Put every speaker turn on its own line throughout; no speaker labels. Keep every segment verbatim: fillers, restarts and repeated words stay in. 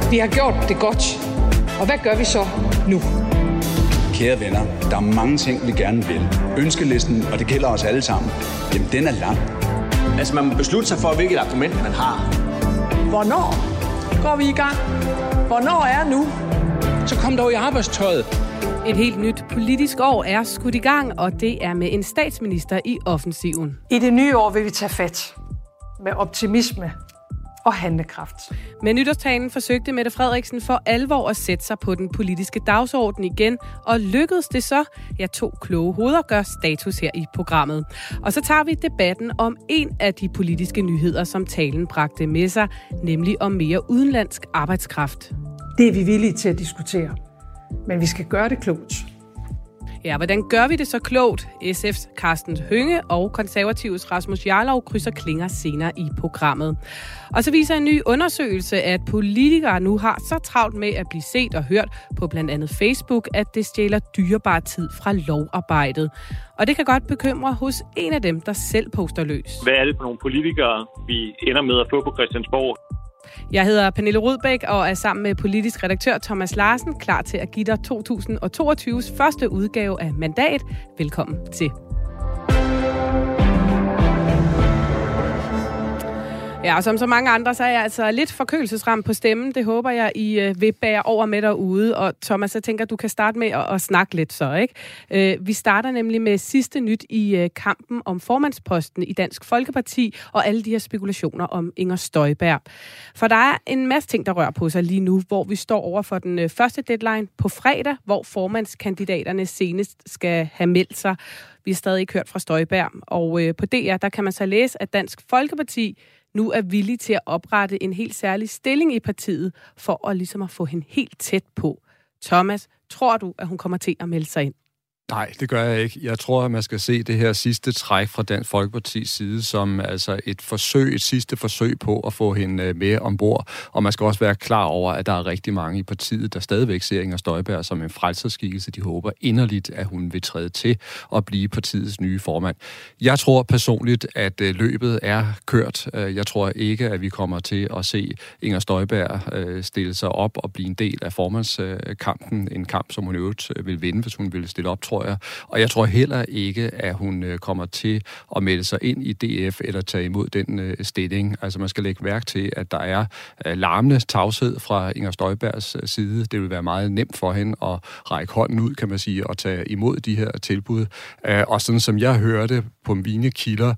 Vi har gjort det godt. Og hvad gør vi så nu?
Kære venner, der er mange ting, vi gerne vil. Ønskelisten, og det gælder os alle sammen, jamen den er lang.
Altså man må beslutte sig for, hvilket argument man har.
Hvornår går vi i gang? Hvornår er nu?
Så kom dog i arbejdstøjet.
Et helt nyt politisk år er skudt i gang, og det er med en statsminister i offensiven.
I det nye år vil vi tage fat med optimisme og handlekraft.
Med nytårstalen forsøgte Mette Frederiksen for alvor at sætte sig på den politiske dagsorden igen, og lykkedes det så? Ja, to kloge hoveder gør status her i programmet. Og så tager vi debatten om en af de politiske nyheder, som talen bragte med sig, nemlig om mere udenlandsk arbejdskraft.
Det er vi villige til at diskutere, men vi skal gøre det klogt.
Ja, hvordan gør vi det så klogt? S F's Karsten Hønge og Konservatives Rasmus Jarlov krydser klinger senere i programmet. Og så viser en ny undersøgelse, at politikere nu har så travlt med at blive set og hørt på blandt andet Facebook, at det stjæler dyrebar tid fra lovarbejdet. Og det kan godt bekymre hos en af dem, der selv poster løs.
Hvad er det for nogle politikere, vi ender med at få på Christiansborg?
Jeg hedder Pernille Rudbæk og er sammen med politisk redaktør Thomas Larsen klar til at give dig to tusind og toogtyves første udgave af Mandat. Velkommen til. Ja, og som så mange andre, så er jeg altså lidt forkølelsesramt på stemmen. Det håber jeg, I øh, vil bære over med derude. Og Thomas, jeg tænker, du kan starte med at, at snakke lidt så, ikke? Øh, vi starter nemlig med sidste nyt i øh, kampen om formandsposten i Dansk Folkeparti og alle de her spekulationer om Inger Støjberg. For der er en masse ting, der rører på sig lige nu, hvor vi står over for den øh, første deadline på fredag, hvor formandskandidaterne senest skal have meldt sig. Vi har stadig ikke hørt fra Støjberg. Og øh, på D R, der kan man så læse, at Dansk Folkeparti nu er villig til at oprette en helt særlig stilling i partiet, for at ligesom at få hende helt tæt på. Thomas, tror du, at hun kommer til at melde sig ind?
Nej, det gør jeg ikke. Jeg tror, at man skal se det her sidste træk fra Dansk Folkepartis side som altså et forsøg, et sidste forsøg på at få hende med ombord. Og man skal også være klar over, at der er rigtig mange i partiet, der stadigvæk ser Inger Støjberg som en frelserskikkelse. De håber inderligt, at hun vil træde til og blive partiets nye formand. Jeg tror personligt, at løbet er kørt. Jeg tror ikke, at vi kommer til at se Inger Støjberg stille sig op og blive en del af formandskampen. En kamp, som hun i øvrigt vil vinde, hvis hun vil stille op, tror jeg. Og jeg tror heller ikke, at hun kommer til at melde sig ind i D F eller tage imod den stilling. Altså man skal lægge mærke til, at der er larmende tavshed fra Inger Støjbergs side. Det vil være meget nemt for hende at række hånden ud, kan man sige, og tage imod de her tilbud. Og sådan som jeg hørte på mine kilder,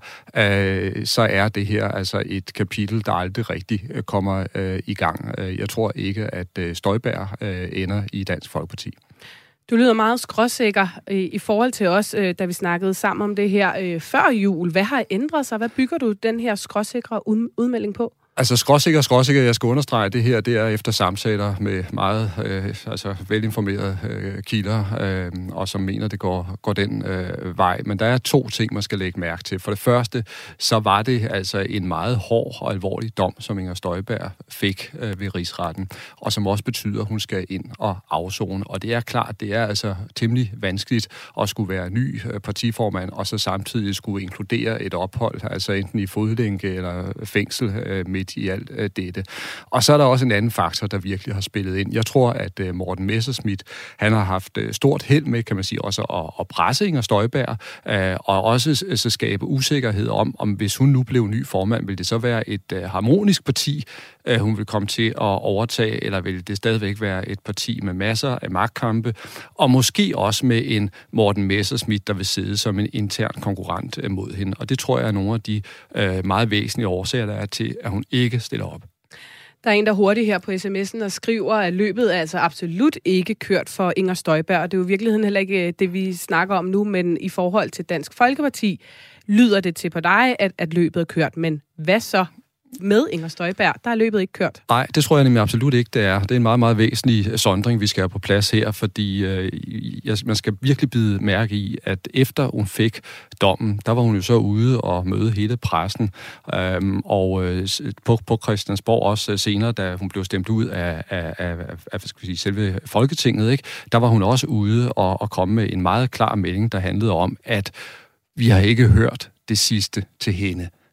så er det her altså et kapitel, der aldrig rigtig kommer i gang. Jeg tror ikke, at Støjberg ender i Dansk Folkeparti.
Du lyder meget skråsikker i, i forhold til os, øh, da vi snakkede sammen om det her øh, før jul. Hvad har ændret sig? Hvad bygger du den her skråsikre ud, udmelding på?
Altså skråsikker, skråsikker, jeg skal understrege det her, det er efter samtaler med meget øh, altså velinformerede øh, kilder, øh, og som mener, det går, går den øh, vej. Men der er to ting, man skal lægge mærke til. For det første, så var det altså en meget hård og alvorlig dom, som Inger Støjberg fik øh, ved Rigsretten, og som også betyder, at hun skal ind og afzone. Og det er klart, det er altså temmelig vanskeligt at skulle være ny øh, partiformand, og så samtidig skulle inkludere et ophold, altså enten i fodlænke eller fængsel øh, med i alt øh, dette. Og så er der også en anden faktor, der virkelig har spillet ind. Jeg tror, at øh, Morten Messerschmidt, han har haft øh, stort held med, kan man sige, også at, at presse Inger Støjberg, øh, og også øh, så skabe usikkerhed om, om hvis hun nu blev ny formand, vil det så være et øh, harmonisk parti, øh, hun vil komme til at overtage, eller vil det stadigvæk være et parti med masser af magtkampe, og måske også med en Morten Messerschmidt, der vil sidde som en intern konkurrent øh, mod hende. Og det tror jeg er nogle af de øh, meget væsentlige årsager, der er til, at hun ikke stiller op.
Der er en, der hurtigt her på sms'en og skriver, at løbet er altså absolut ikke kørt for Inger Støjberg, og det er jo i virkeligheden heller ikke det, vi snakker om nu, men i forhold til Dansk Folkeparti lyder det til på dig, at, at løbet er kørt, men hvad så med Inger Støjberg? Der er løbet ikke kørt.
Nej, det tror jeg nemlig absolut ikke, det er. Det er en meget, meget væsentlig sondring, vi skal have på plads her, fordi øh, man skal virkelig bide mærke i, at efter hun fik dommen, der var hun jo så ude og møde hele pressen, øhm, og øh, på, på Christiansborg også senere, da hun blev stemt ud af, af, af, af skal vi sige, selve Folketinget, ikke? Der var hun også ude og, og komme med en meget klar melding, der handlede om, at vi har ikke hørt det sidste til hende.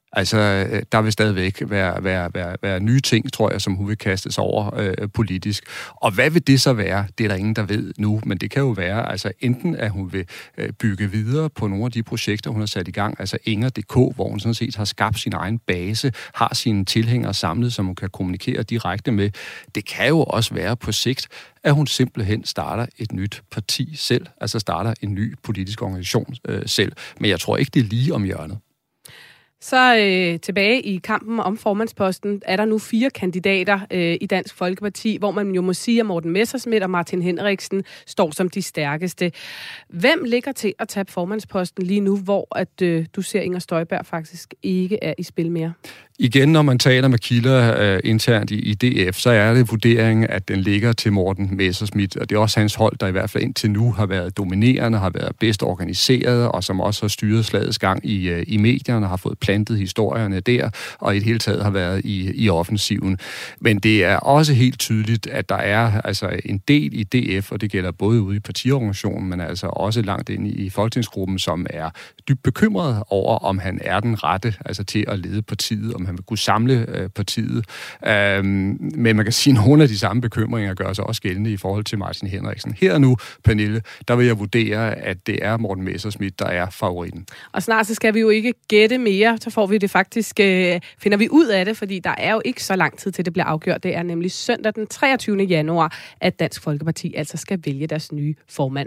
Altså, der vil stadigvæk være, være, være, være nye ting, tror jeg, som hun vil kaste sig over øh, politisk. Og hvad vil det så være? Det er der ingen, der ved nu, men det kan jo være, altså enten at hun vil øh, bygge videre på nogle af de projekter, hun har sat i gang, altså Inger punktum d k, hvor hun sådan set har skabt sin egen base, har sine tilhængere samlet, som hun kan kommunikere direkte med. Det kan jo også være på sigt, at hun simpelthen starter et nyt parti selv, altså starter en ny politisk organisation øh, selv. Men jeg tror ikke, det er lige om hjørnet.
Så øh, tilbage i kampen om formandsposten er der nu fire kandidater øh, i Dansk Folkeparti, hvor man jo må sige, at Morten Messerschmidt og Martin Henriksen står som de stærkeste. Hvem ligger til at tage formandsposten lige nu, hvor at, øh, du ser Inger Støjberg faktisk ikke er i spil mere?
Igen, når man taler med kilder øh, internt i, i D F, så er det vurderingen, at den ligger til Morten Messerschmidt, og det er også hans hold, der i hvert fald indtil nu har været dominerende, har været bedst organiseret, og som også har styret slagets gang i, øh, i medierne, har fået plantet historierne der, og i det hele taget har været i, i offensiven. Men det er også helt tydeligt, at der er altså en del i D F, og det gælder både ude i partiorganisationen, men altså også langt ind i, i folketingsgruppen, som er dybt bekymret over, om han er den rette altså til at lede partiet, om han vil kunne samle øh, partiet. Øhm, men man kan sige, at nogle af de samme bekymringer gør sig også gældende i forhold til Martin Henriksen. Her nu, Pernille, der vil jeg vurdere, at det er Morten Messerschmidt, der er favoritten. Og
snart så skal vi jo ikke gætte mere, så får vi det faktisk, øh, finder vi ud af det, fordi der er jo ikke så lang tid til det bliver afgjort. Det er nemlig søndag den treogtyvende januar, at Dansk Folkeparti altså skal vælge deres nye formand.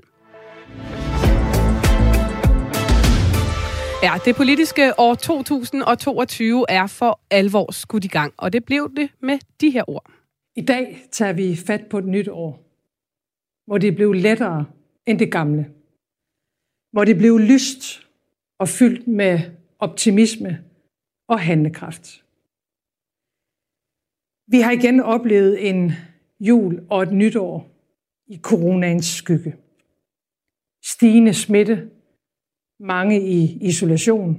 Ja, det politiske år to tusind toogtyve er for alvor skudt i gang, og det blev det med de her ord.
I dag tager vi fat på et nyt år, hvor det blev lettere end det gamle. Hvor det blev lyst og fyldt med optimisme og handlekraft. Vi har igen oplevet en jul og et nytår i coronaens skygge. Stigende smitte, mange i isolation.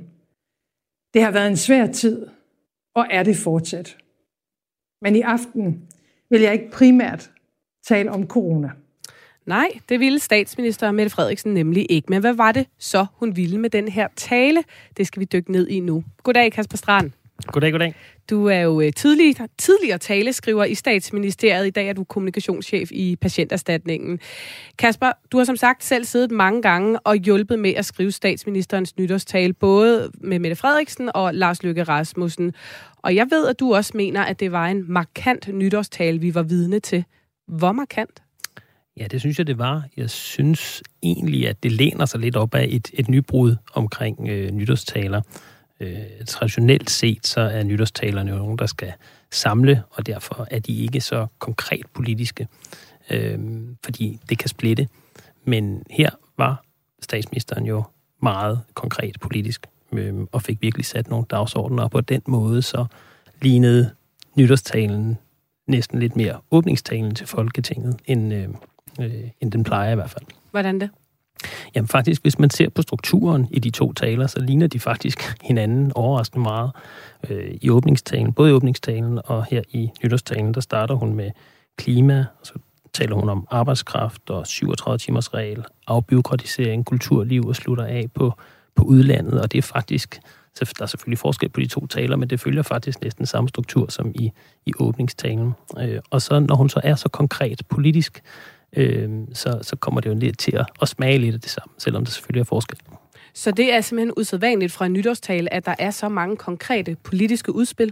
Det har været en svær tid, og er det fortsat. Men i aften vil jeg ikke primært tale om corona.
Nej, det ville statsminister Mette Frederiksen nemlig ikke. Men hvad var det så, hun ville med den her tale? Det skal vi dykke ned i nu. Goddag, Kasper Strand.
Goddag, goddag.
Du er jo tidligere, tidligere taleskriver i Statsministeriet. I dag er du kommunikationschef i Patienterstatningen. Kasper, du har som sagt selv siddet mange gange og hjulpet med at skrive statsministerens nytårstale, både med Mette Frederiksen og Lars Løkke Rasmussen. Og jeg ved, at du også mener, at det var en markant nytårstale, vi var vidne til. Hvor markant?
Ja, det synes jeg, det var. Jeg synes egentlig, at det læner sig lidt op af et, et nybrud omkring øh, nytårstaler. Øh, traditionelt set, så er nytårstalerne jo nogen, der skal samle, og derfor er de ikke så konkret politiske, øh, fordi det kan splitte. Men her var statsministeren jo meget konkret politisk, øh, og fik virkelig sat nogle dagsordner, og på den måde så lignede nytårstalen næsten lidt mere åbningstalen til Folketinget, end, øh, øh, end den plejer i hvert fald.
Hvordan det?
Jamen faktisk, hvis man ser på strukturen i de to taler, så ligner de faktisk hinanden overraskende meget øh, i åbningstalen. Både i åbningstalen og her i nytårstalen, der starter hun med klima, og så taler hun om arbejdskraft og syvogtredive timers regel, afbureaukratisering, kulturliv og slutter af på, på udlandet. Og det er faktisk, så der er selvfølgelig forskel på de to taler, men det følger faktisk næsten samme struktur som i, i åbningstalen. Øh, og så når hun så er så konkret politisk, Øh, så, så kommer det jo lidt til at, at smage lidt af det samme, selvom der selvfølgelig er forskel.
Så det er simpelthen usædvanligt fra en nytårstale, at der er så mange konkrete politiske udspil?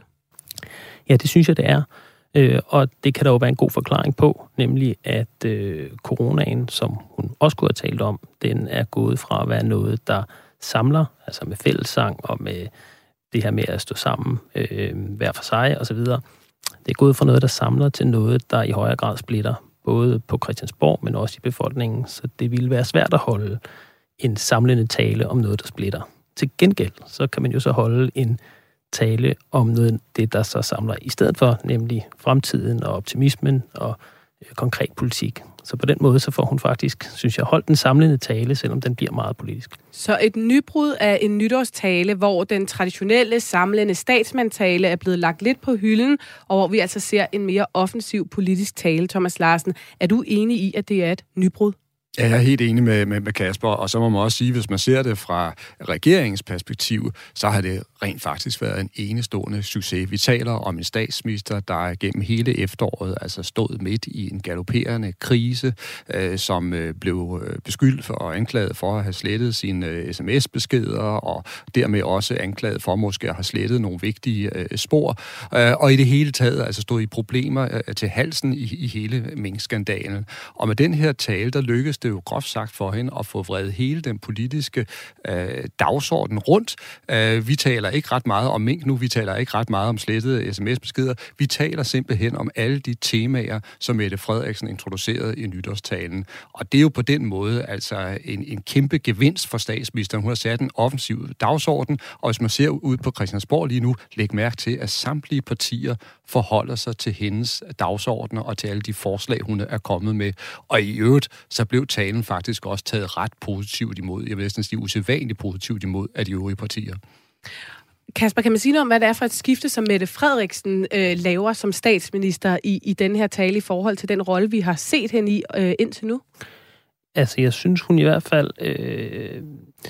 Ja, det synes jeg, det er. Øh, og det kan der jo være en god forklaring på, nemlig at øh, coronaen, som hun også kunne have talt om, den er gået fra at være noget, der samler, altså med fællessang og med det her med at stå sammen øh, hver for sig osv. Det er gået fra noget, der samler, til noget, der i højere grad splitter, både på Christiansborg, men også i befolkningen, så det ville være svært at holde en samlende tale om noget, der splitter. Til gengæld, så kan man jo så holde en tale om noget, det der så samler i stedet for, nemlig fremtiden og optimismen og øh, konkret politik. Så på den måde, så får hun faktisk, synes jeg, holdt den samlende tale, selvom den bliver meget politisk.
Så et nybrud af en nytårstale, hvor den traditionelle samlende statsmandtale er blevet lagt lidt på hylden, og hvor vi altså ser en mere offensiv politisk tale. Thomas Larsen, er du enig i, at det er et nybrud?
Ja, jeg er helt enig med, med, med Kasper, og så må man også sige, hvis man ser det fra regeringens perspektiv, så har det rent faktisk været en enestående succes. Vi taler om en statsminister, der gennem hele efteråret altså stod midt i en galopperende krise, øh, som øh, blev beskyldt for og anklaget for at have slettet sine øh, sms-beskeder, og dermed også anklaget for måske at have slettet nogle vigtige øh, spor, øh, og i det hele taget altså stod i problemer øh, til halsen i, i hele minkskandalen. Og med den her tale, der lykkedes det jo groft sagt for hende at få vredet hele den politiske øh, dagsorden rundt. Øh, vi taler ikke ret meget om mink nu, vi taler ikke ret meget om slettede sms-beskeder. Vi taler simpelthen om alle de temaer, som Mette Frederiksen introducerede i nytårstalen. Og det er jo på den måde altså en, en kæmpe gevinst for statsministeren. Hun har sat en offensiv dagsorden, og hvis man ser ud på Christiansborg lige nu, læg mærke til, at samtlige partier forholder sig til hendes dagsordner og til alle de forslag, hun er kommet med. Og i øvrigt, så blev talen faktisk også taget ret positivt imod. Jeg vil næsten sige usædvanligt positivt imod af de øvrige partier.
Kasper, kan man sige noget om, hvad det er for et skifte, som Mette Frederiksen øh, laver som statsminister i, i den her tale i forhold til den rolle, vi har set hende i øh, indtil nu?
Altså, jeg synes, hun i hvert fald øh,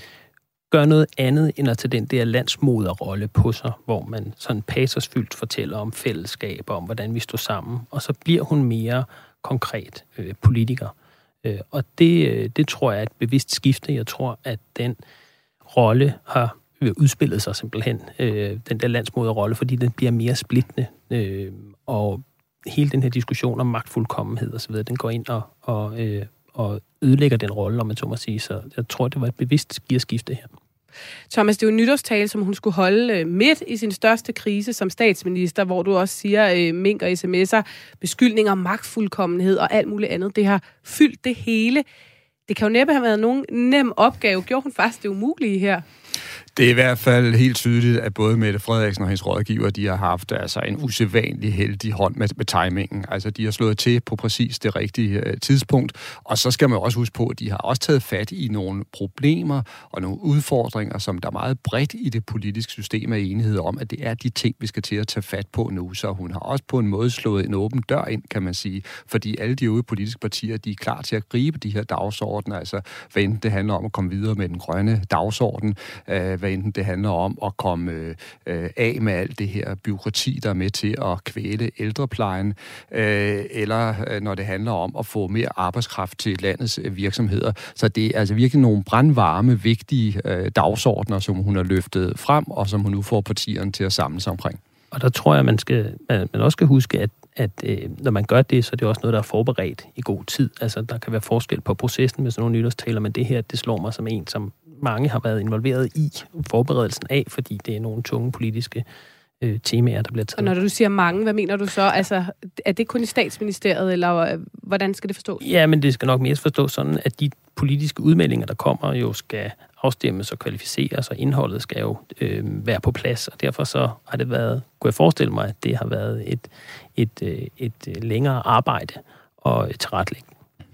gør noget andet, end at tage den der landsmoderrolle på sig, hvor man sådan patersfyldt fortæller om fællesskab, om hvordan vi står sammen, og så bliver hun mere konkret øh, politiker. Øh, og det, øh, det tror jeg er et bevidst skifte. Jeg tror, at den rolle har udspillet sig simpelthen, øh, den der landsmoderrolle, fordi den bliver mere splittende, øh, og hele den her diskussion om magtfuldkommenhed og så videre, den går ind og, og, øh, og ødelægger den rolle, om man så må sige. Så jeg tror, det var et bevidst gearskifte her.
Thomas, det er jo en nytårstale, som hun skulle holde midt i sin største krise som statsminister, hvor du også siger, øh, mink og sms'er, beskyldninger, magtfuldkommenhed og alt muligt andet. Det har fyldt det hele. Det kan jo næppe have været nogen nem opgave. Gjorde hun faktisk det umulige her?
Det er i hvert fald helt tydeligt, at både Mette Frederiksen og hendes rådgiver, de har haft altså en usædvanlig heldig hånd med, med timingen. Altså, de har slået til på præcis det rigtige uh, tidspunkt. Og så skal man også huske på, at de har også taget fat i nogle problemer og nogle udfordringer, som der er meget bredt i det politiske system af enighed om, at det er de ting, vi skal til at tage fat på nu. Så hun har også på en måde slået en åben dør ind, kan man sige. Fordi alle de øvrige politiske partier, de er klar til at gribe de her dagsordner. Altså, hvad enten det handler om at komme videre med den grønne dagsorden, uh, hvad enten det handler om at komme øh, af med alt det her byråkrati, der er med til at kvæle ældreplejen, øh, eller øh, når det handler om at få mere arbejdskraft til landets øh, virksomheder. Så det er altså virkelig nogle brandvarme, vigtige øh, dagsordner, som hun har løftet frem, og som hun nu får partierne til at samle sig omkring.
Og der tror jeg, man, skal, man, man også skal huske, at at øh, når man gør det, så er det også noget, der er forberedt i god tid. Altså, der kan være forskel på processen med sådan nogle nytårstaler, men det her, det slår mig som en, som mange har været involveret i forberedelsen af, fordi det er nogle tunge politiske øh, temaer, der bliver taget.
Og når du siger mange, hvad mener du så? Altså, er det kun i statsministeriet, eller hvordan skal det forstås?
Ja, men det skal nok mere forstås sådan, at de politiske udmeldinger, der kommer, jo skal afstemmes og kvalificeres, og indholdet skal jo øh, være på plads, og derfor så har det været, kunne jeg forestille mig, at det har været et, et, et, et længere arbejde og et tilrettelægning.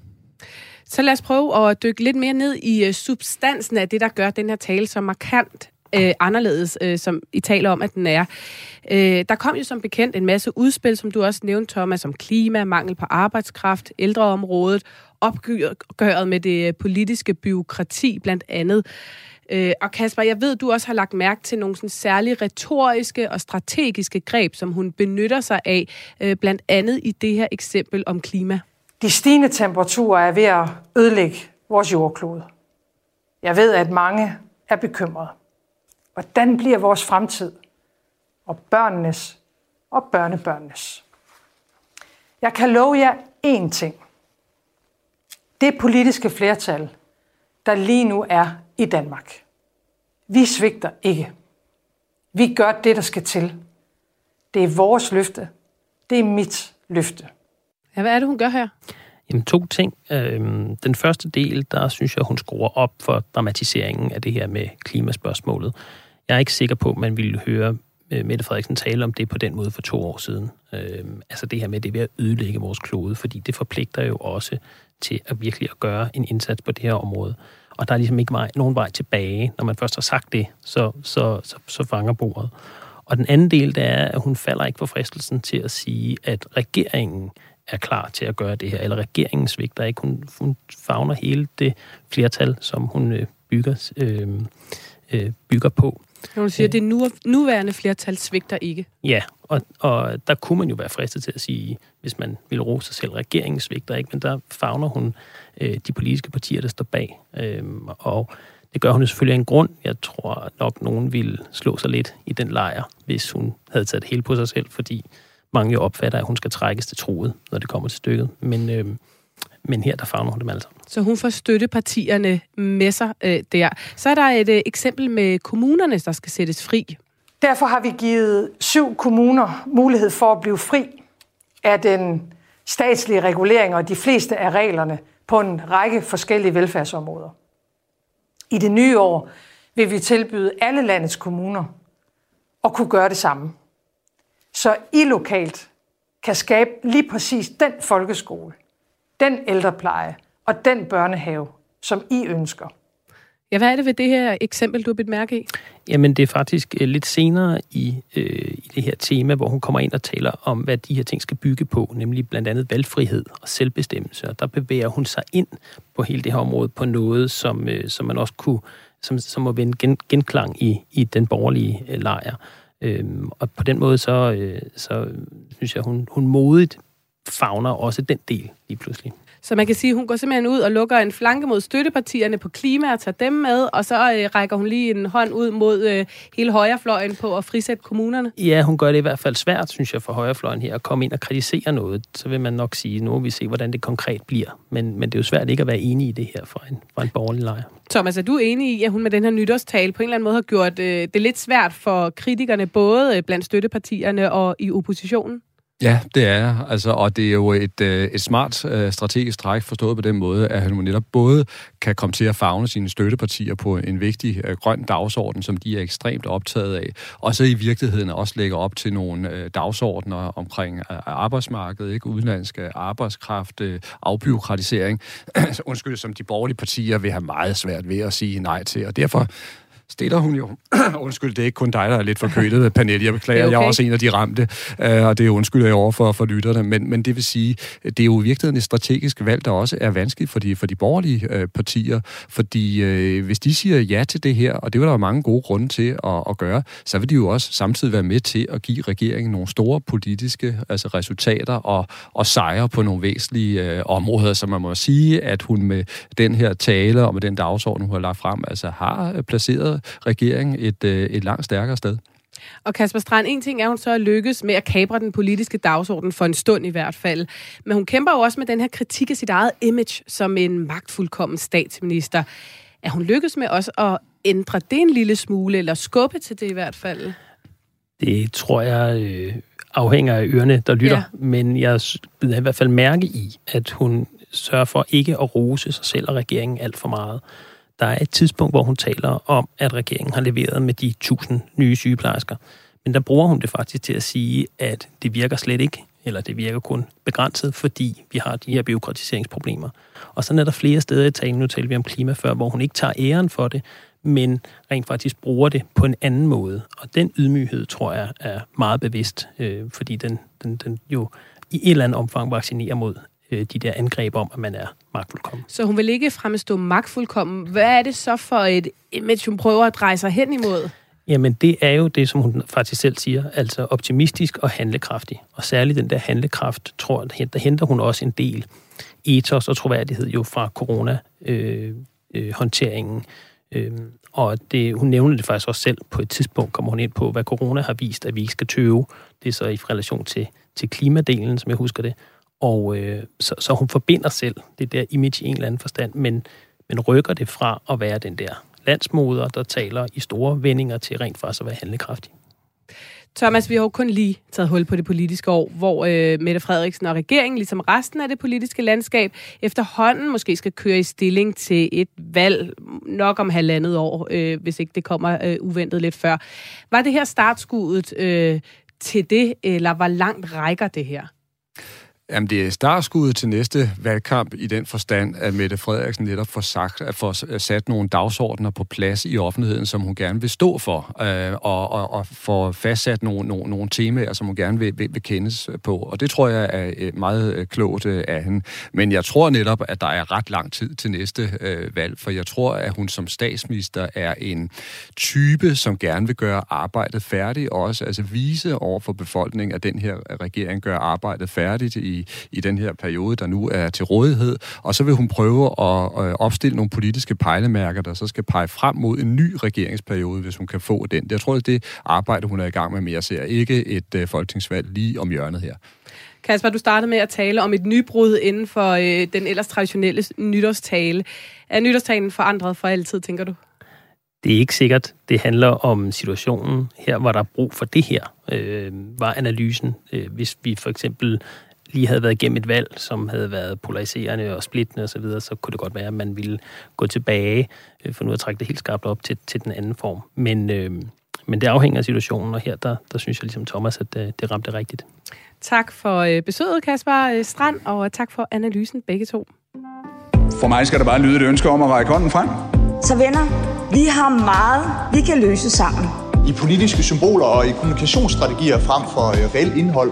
Så lad os prøve at dykke lidt mere ned i substansen af det, der gør den her tale så markant øh, anderledes, øh, som I taler om, at den er. Øh, der kom jo som bekendt en masse udspil, som du også nævnte, Thomas, om klima, mangel på arbejdskraft, ældreområdet, opgøret med det politiske byråkrati blandt andet. Øh, og Kasper, jeg ved, du også har lagt mærke til nogle sådan særlige retoriske og strategiske greb, som hun benytter sig af, øh, blandt andet i det her eksempel om klima.
De stigende temperaturer er ved at ødelægge vores jordklode. Jeg ved, at mange er bekymrede. Hvordan bliver vores fremtid? Og børnenes og børnebørnenes. Jeg kan love jer én ting. Det politiske flertal, der lige nu er i Danmark. Vi svigter ikke. Vi gør det, der skal til. Det er vores løfte. Det er mit løfte.
Ja, hvad er det, hun gør her?
Jamen, to ting. Øhm, den første del, der synes jeg, hun skruer op for dramatiseringen af det her med klimaspørgsmålet. Jeg er ikke sikker på, at man ville høre Mette Frederiksen tale om det på den måde for to år siden. Øhm, altså det her med, det er ved at ødelægge vores klode, fordi det forpligter jo også til at virkelig at gøre en indsats på det her område. Og der er ligesom ikke vej, nogen vej tilbage. Når man først har sagt det, så, så, så, så fanger bordet. Og den anden del, det er, at hun falder ikke for fristelsen til at sige, at regeringen er klar til at gøre det her, eller regeringen svigter ikke. Hun, hun favner hele det flertal, som hun øh, bygger, øh, øh, bygger på.
Når du siger, at det nu, nuværende flertal svigter ikke.
Ja, og, og der kunne man jo være fristet til at sige, hvis man ville rose sig selv, regeringen svigter ikke, men der favner hun øh, de politiske partier, der står bag. Øh, og det gør hun jo selvfølgelig af en grund. Jeg tror nok, nogen ville slå sig lidt i den lejr, hvis hun havde taget det hele på sig selv, fordi mange jo opfatter, at hun skal trækkes til truet, når det kommer til stykket. Men, øh, men her, der favner hun dem alle sammen.
Så hun får støttepartierne med sig øh, der. Så er der et øh, eksempel med kommunerne, der skal sættes fri.
Derfor har vi givet syv kommuner mulighed for at blive fri af den statslige regulering og de fleste af reglerne på en række forskellige velfærdsområder. I det nye år vil vi tilbyde alle landets kommuner at kunne gøre det samme. Så I lokalt kan skabe lige præcis den folkeskole, den ældrepleje og den børnehave, som I ønsker.
Ja, hvad er det ved det her eksempel, du har bidt mærke i?
Jamen, det er faktisk uh, lidt senere i, uh, i det her tema, hvor hun kommer ind og taler om, hvad de her ting skal bygge på, nemlig blandt andet valgfrihed og selvbestemmelse. Og der bevæger hun sig ind på hele det her område på noget, som, uh, som man også kunne, som, som må vende gen, genklang i, i den borgerlige uh, lejr. Uh, og på den måde, så, uh, så synes jeg, hun, hun modigt favner også den del lige pludselig.
Så man kan sige, at hun går simpelthen ud og lukker en flanke mod støttepartierne på klima og tager dem med, og så øh, rækker hun lige en hånd ud mod øh, hele højrefløjen på at frisætte kommunerne.
Ja, hun gør det i hvert fald svært, synes jeg, for højrefløjen her at komme ind og kritisere noget. Så vil man nok sige, nu vil vi se, hvordan det konkret bliver. Men, men det er jo svært ikke at være enig i det her fra en, fra en borgerlig lejr.
Thomas, er du enig i, at hun med den her nytårstale på en eller anden måde har gjort øh, det lidt svært for kritikerne, både blandt støttepartierne og i oppositionen?
Ja, det er altså, og det er jo et, et smart strategisk træk forstået på den måde, at han netop både kan komme til at favne sine støttepartier på en vigtig grøn dagsorden, som de er ekstremt optaget af, og så i virkeligheden også lægger op til nogle dagsordener omkring arbejdsmarkedet, ikke, udenlandsk arbejdskraft, afbureaukratisering, undskyld, som de borgerlige partier vil have meget svært ved at sige nej til, og derfor stiller hun jo. Undskyld, det er ikke kun dig, der er lidt forkølet, Pernille. Jeg beklager, okay. Jeg er også en af de ramte, og det undskylder jeg over for, for lytterne. Men, men det vil sige, det er jo i virkeligheden et strategisk valg, der også er vanskeligt for de, for de borgerlige øh, partier. Fordi øh, hvis de siger ja til det her, og det vil der jo mange gode grunde til at, at gøre, så vil de jo også samtidig være med til at give regeringen nogle store politiske altså resultater og, og sejre på nogle væsentlige øh, områder, så man må sige, at hun med den her tale og med den dagsorden, hun har lagt frem, altså har placeret regeringen et, et langt stærkere sted.
Og Kasper Strand, en ting er, at hun så er lykkes med at kapre den politiske dagsorden for en stund i hvert fald. Men hun kæmper jo også med den her kritik af sit eget image som en magtfuldkommen statsminister. Er hun lykkes med også at ændre det en lille smule, eller skubbe til det i hvert fald?
Det tror jeg øh, afhænger af ørerne, der lytter. Ja. Men jeg vil i hvert fald mærke i, at hun sørger for ikke at rose sig selv og regeringen alt for meget. Der er et tidspunkt, hvor hun taler om, at regeringen har leveret med de tusind nye sygeplejersker. Men der bruger hun det faktisk til at sige, at det virker slet ikke, eller det virker kun begrænset, fordi vi har de her bureaukratiseringsproblemer. Og så er der flere steder i talen, nu taler vi om klima før, hvor hun ikke tager æren for det, men rent faktisk bruger det på en anden måde. Og den ydmyghed, tror jeg, er meget bevidst, øh, fordi den, den, den jo i et eller andet omfang vaccinerer mod de der angreb om, at man er magtfuldkommen.
Så hun vil ikke fremstå magtfuldkommen. Hvad er det så for et image, hun prøver at dreje sig hen imod?
Jamen, det er jo det, som hun faktisk selv siger, altså optimistisk og handlekraftig. Og særligt den der handlekraft, tror jeg, der henter hun også en del ethos og troværdighed jo fra corona-håndteringen. Øh, øh, og det, hun nævner det faktisk også selv på et tidspunkt, kommer hun ind på, hvad corona har vist, at vi ikke skal tøve. Det er så i relation til, til klimadelen, som jeg husker det. Og øh, så, så hun forbinder selv det der image i en eller anden forstand, men, men rykker det fra at være den der landsmoder, der taler i store vendinger til rent faktisk at være handlekraftig.
Thomas, vi har jo kun lige taget hul på det politiske år, hvor øh, Mette Frederiksen og regeringen, ligesom resten af det politiske landskab, efterhånden måske skal køre i stilling til et valg nok om halvandet år, øh, hvis ikke det kommer øh, uventet lidt før. Var det her startskuddet øh, til det, eller hvor langt rækker det her?
Jamen, det er startskuddet til næste valgkamp i den forstand, at Mette Frederiksen netop får sagt, at får sat nogle dagsordner på plads i offentligheden, som hun gerne vil stå for, øh, og, og, og får fastsat nogle, nogle, nogle temaer, som hun gerne vil, vil, vil kendes på. Og det tror jeg er meget klogt af hende. Men jeg tror netop, at der er ret lang tid til næste øh, valg, for jeg tror, at hun som statsminister er en type, som gerne vil gøre arbejdet færdigt, og også altså vise over for befolkningen, at den her regering gør arbejdet færdigt i i den her periode, der nu er til rådighed, og så vil hun prøve at opstille nogle politiske pejlemærker, der så skal pege frem mod en ny regeringsperiode, hvis hun kan få den. Jeg tror, det er det arbejde, hun er i gang med, men jeg ser ikke et folketingsvalg lige om hjørnet her.
Kasper, du startede med at tale om et nybrud inden for øh, den ellers traditionelle nytårstale. Er nytårstalen forandret for altid, tænker du?
Det er ikke sikkert. Det handler om situationen. Her var der brug for det her, øh, var analysen. Øh, hvis vi for eksempel lige havde været igennem et valg, som havde været polariserende og splittende osv., så, videre, så kunne det godt være, at man ville gå tilbage øh, for nu at trække det helt skarpt op til, til den anden form. Men, øh, men det afhænger af situationen, og her der, der synes jeg ligesom Thomas, at det, det ramte rigtigt.
Tak for øh, besøget, Kasper Strand, og tak for analysen begge to.
For mig skal der bare lyde et ønske om at række hånden frem.
Så venner, vi har meget, vi kan løse sammen.
I politiske symboler og i kommunikationsstrategier frem for øh, reelt indhold.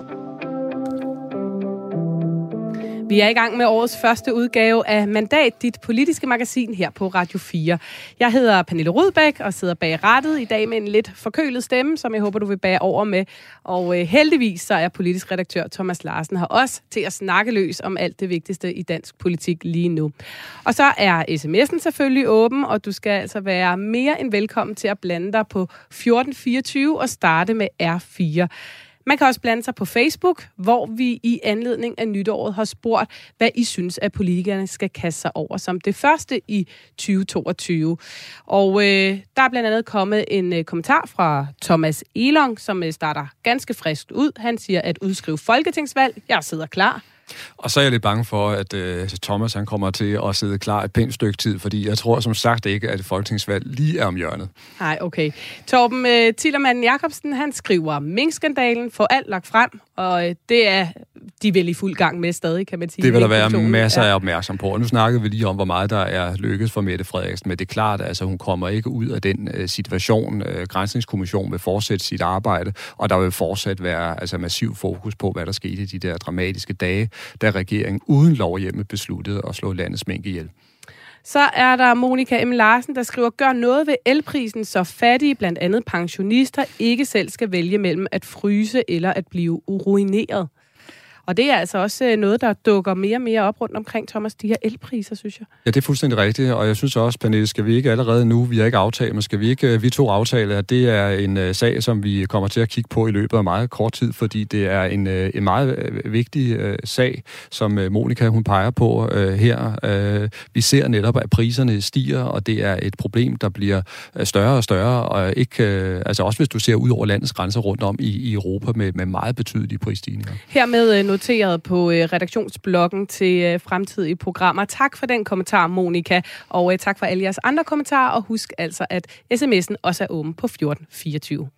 Vi er i gang med årets første udgave af Mandat, dit politiske magasin her på Radio fire. Jeg hedder Pernille Rudbæk og sidder bag rattet i dag med en lidt forkølet stemme, som jeg håber, du vil bære over med. Og øh, heldigvis så er politisk redaktør Thomas Larsen her også til at snakke løs om alt det vigtigste i dansk politik lige nu. Og så er sms'en selvfølgelig åben, og du skal altså være mere end velkommen til at blande dig på fjorten fireogtyve og starte med R fire. Man kan også blande sig på Facebook, hvor vi i anledning af nytåret har spurgt, hvad I synes, at politikerne skal kaste sig over som det første i tyve toogtyve. Og øh, der er blandt andet kommet en øh, kommentar fra Thomas Elong, som øh, starter ganske friskt ud. Han siger, at udskrive folketingsvalg. Jeg sidder klar.
Og så er jeg lidt bange for, at uh, Thomas han kommer til at sidde klar et pænt stykke tid, fordi jeg tror som sagt ikke, at et folketingsvalg lige er om hjørnet.
Nej, okay. Torben uh, Tillermanden Jacobsen, han skriver, Mink-skandalen får alt lagt frem, og uh, det er de vel i fuld gang med stadig, kan man sige.
Det vil der være masser af opmærksom på. Og nu snakkede vi lige om, hvor meget der er lykkes for Mette Frederiksen, men det er klart, at altså, hun kommer ikke ud af den uh, situation. Uh, Granskningskommissionen vil fortsætte sit arbejde, og der vil fortsat være altså, massiv fokus på, hvad der skete i de der dramatiske dage, da regeringen uden lovhjemmel besluttede at slå landets mink ihjel.
Så er der Monika M. Larsen, der skriver, gør noget ved elprisen, så fattige, blandt andet pensionister, ikke selv skal vælge mellem at fryse eller at blive ruineret. Og det er altså også noget, der dukker mere og mere op rundt omkring, Thomas, de her elpriser, synes jeg.
Ja, det er fuldstændig rigtigt, og jeg synes også, Pernille, skal vi ikke allerede nu, vi har ikke aftalt, men skal vi ikke, vi to aftale, at det er en uh, sag, som vi kommer til at kigge på i løbet af meget kort tid, fordi det er en, uh, en meget uh, vigtig uh, sag, som uh, Monika, hun peger på uh, her. Uh, vi ser netop, at priserne stiger, og det er et problem, der bliver uh, større og større, og ikke, uh, altså også hvis du ser ud over landets grænser rundt om i, i Europa med, med meget betydelige prisstigninger.
Hermed uh, noteret på øh, redaktionsbloggen til øh, fremtidige programmer. Tak for den kommentar, Monika, og øh, tak for alle jeres andre kommentarer, og husk altså, at sms'en også er åben på fjorten fireogtyve.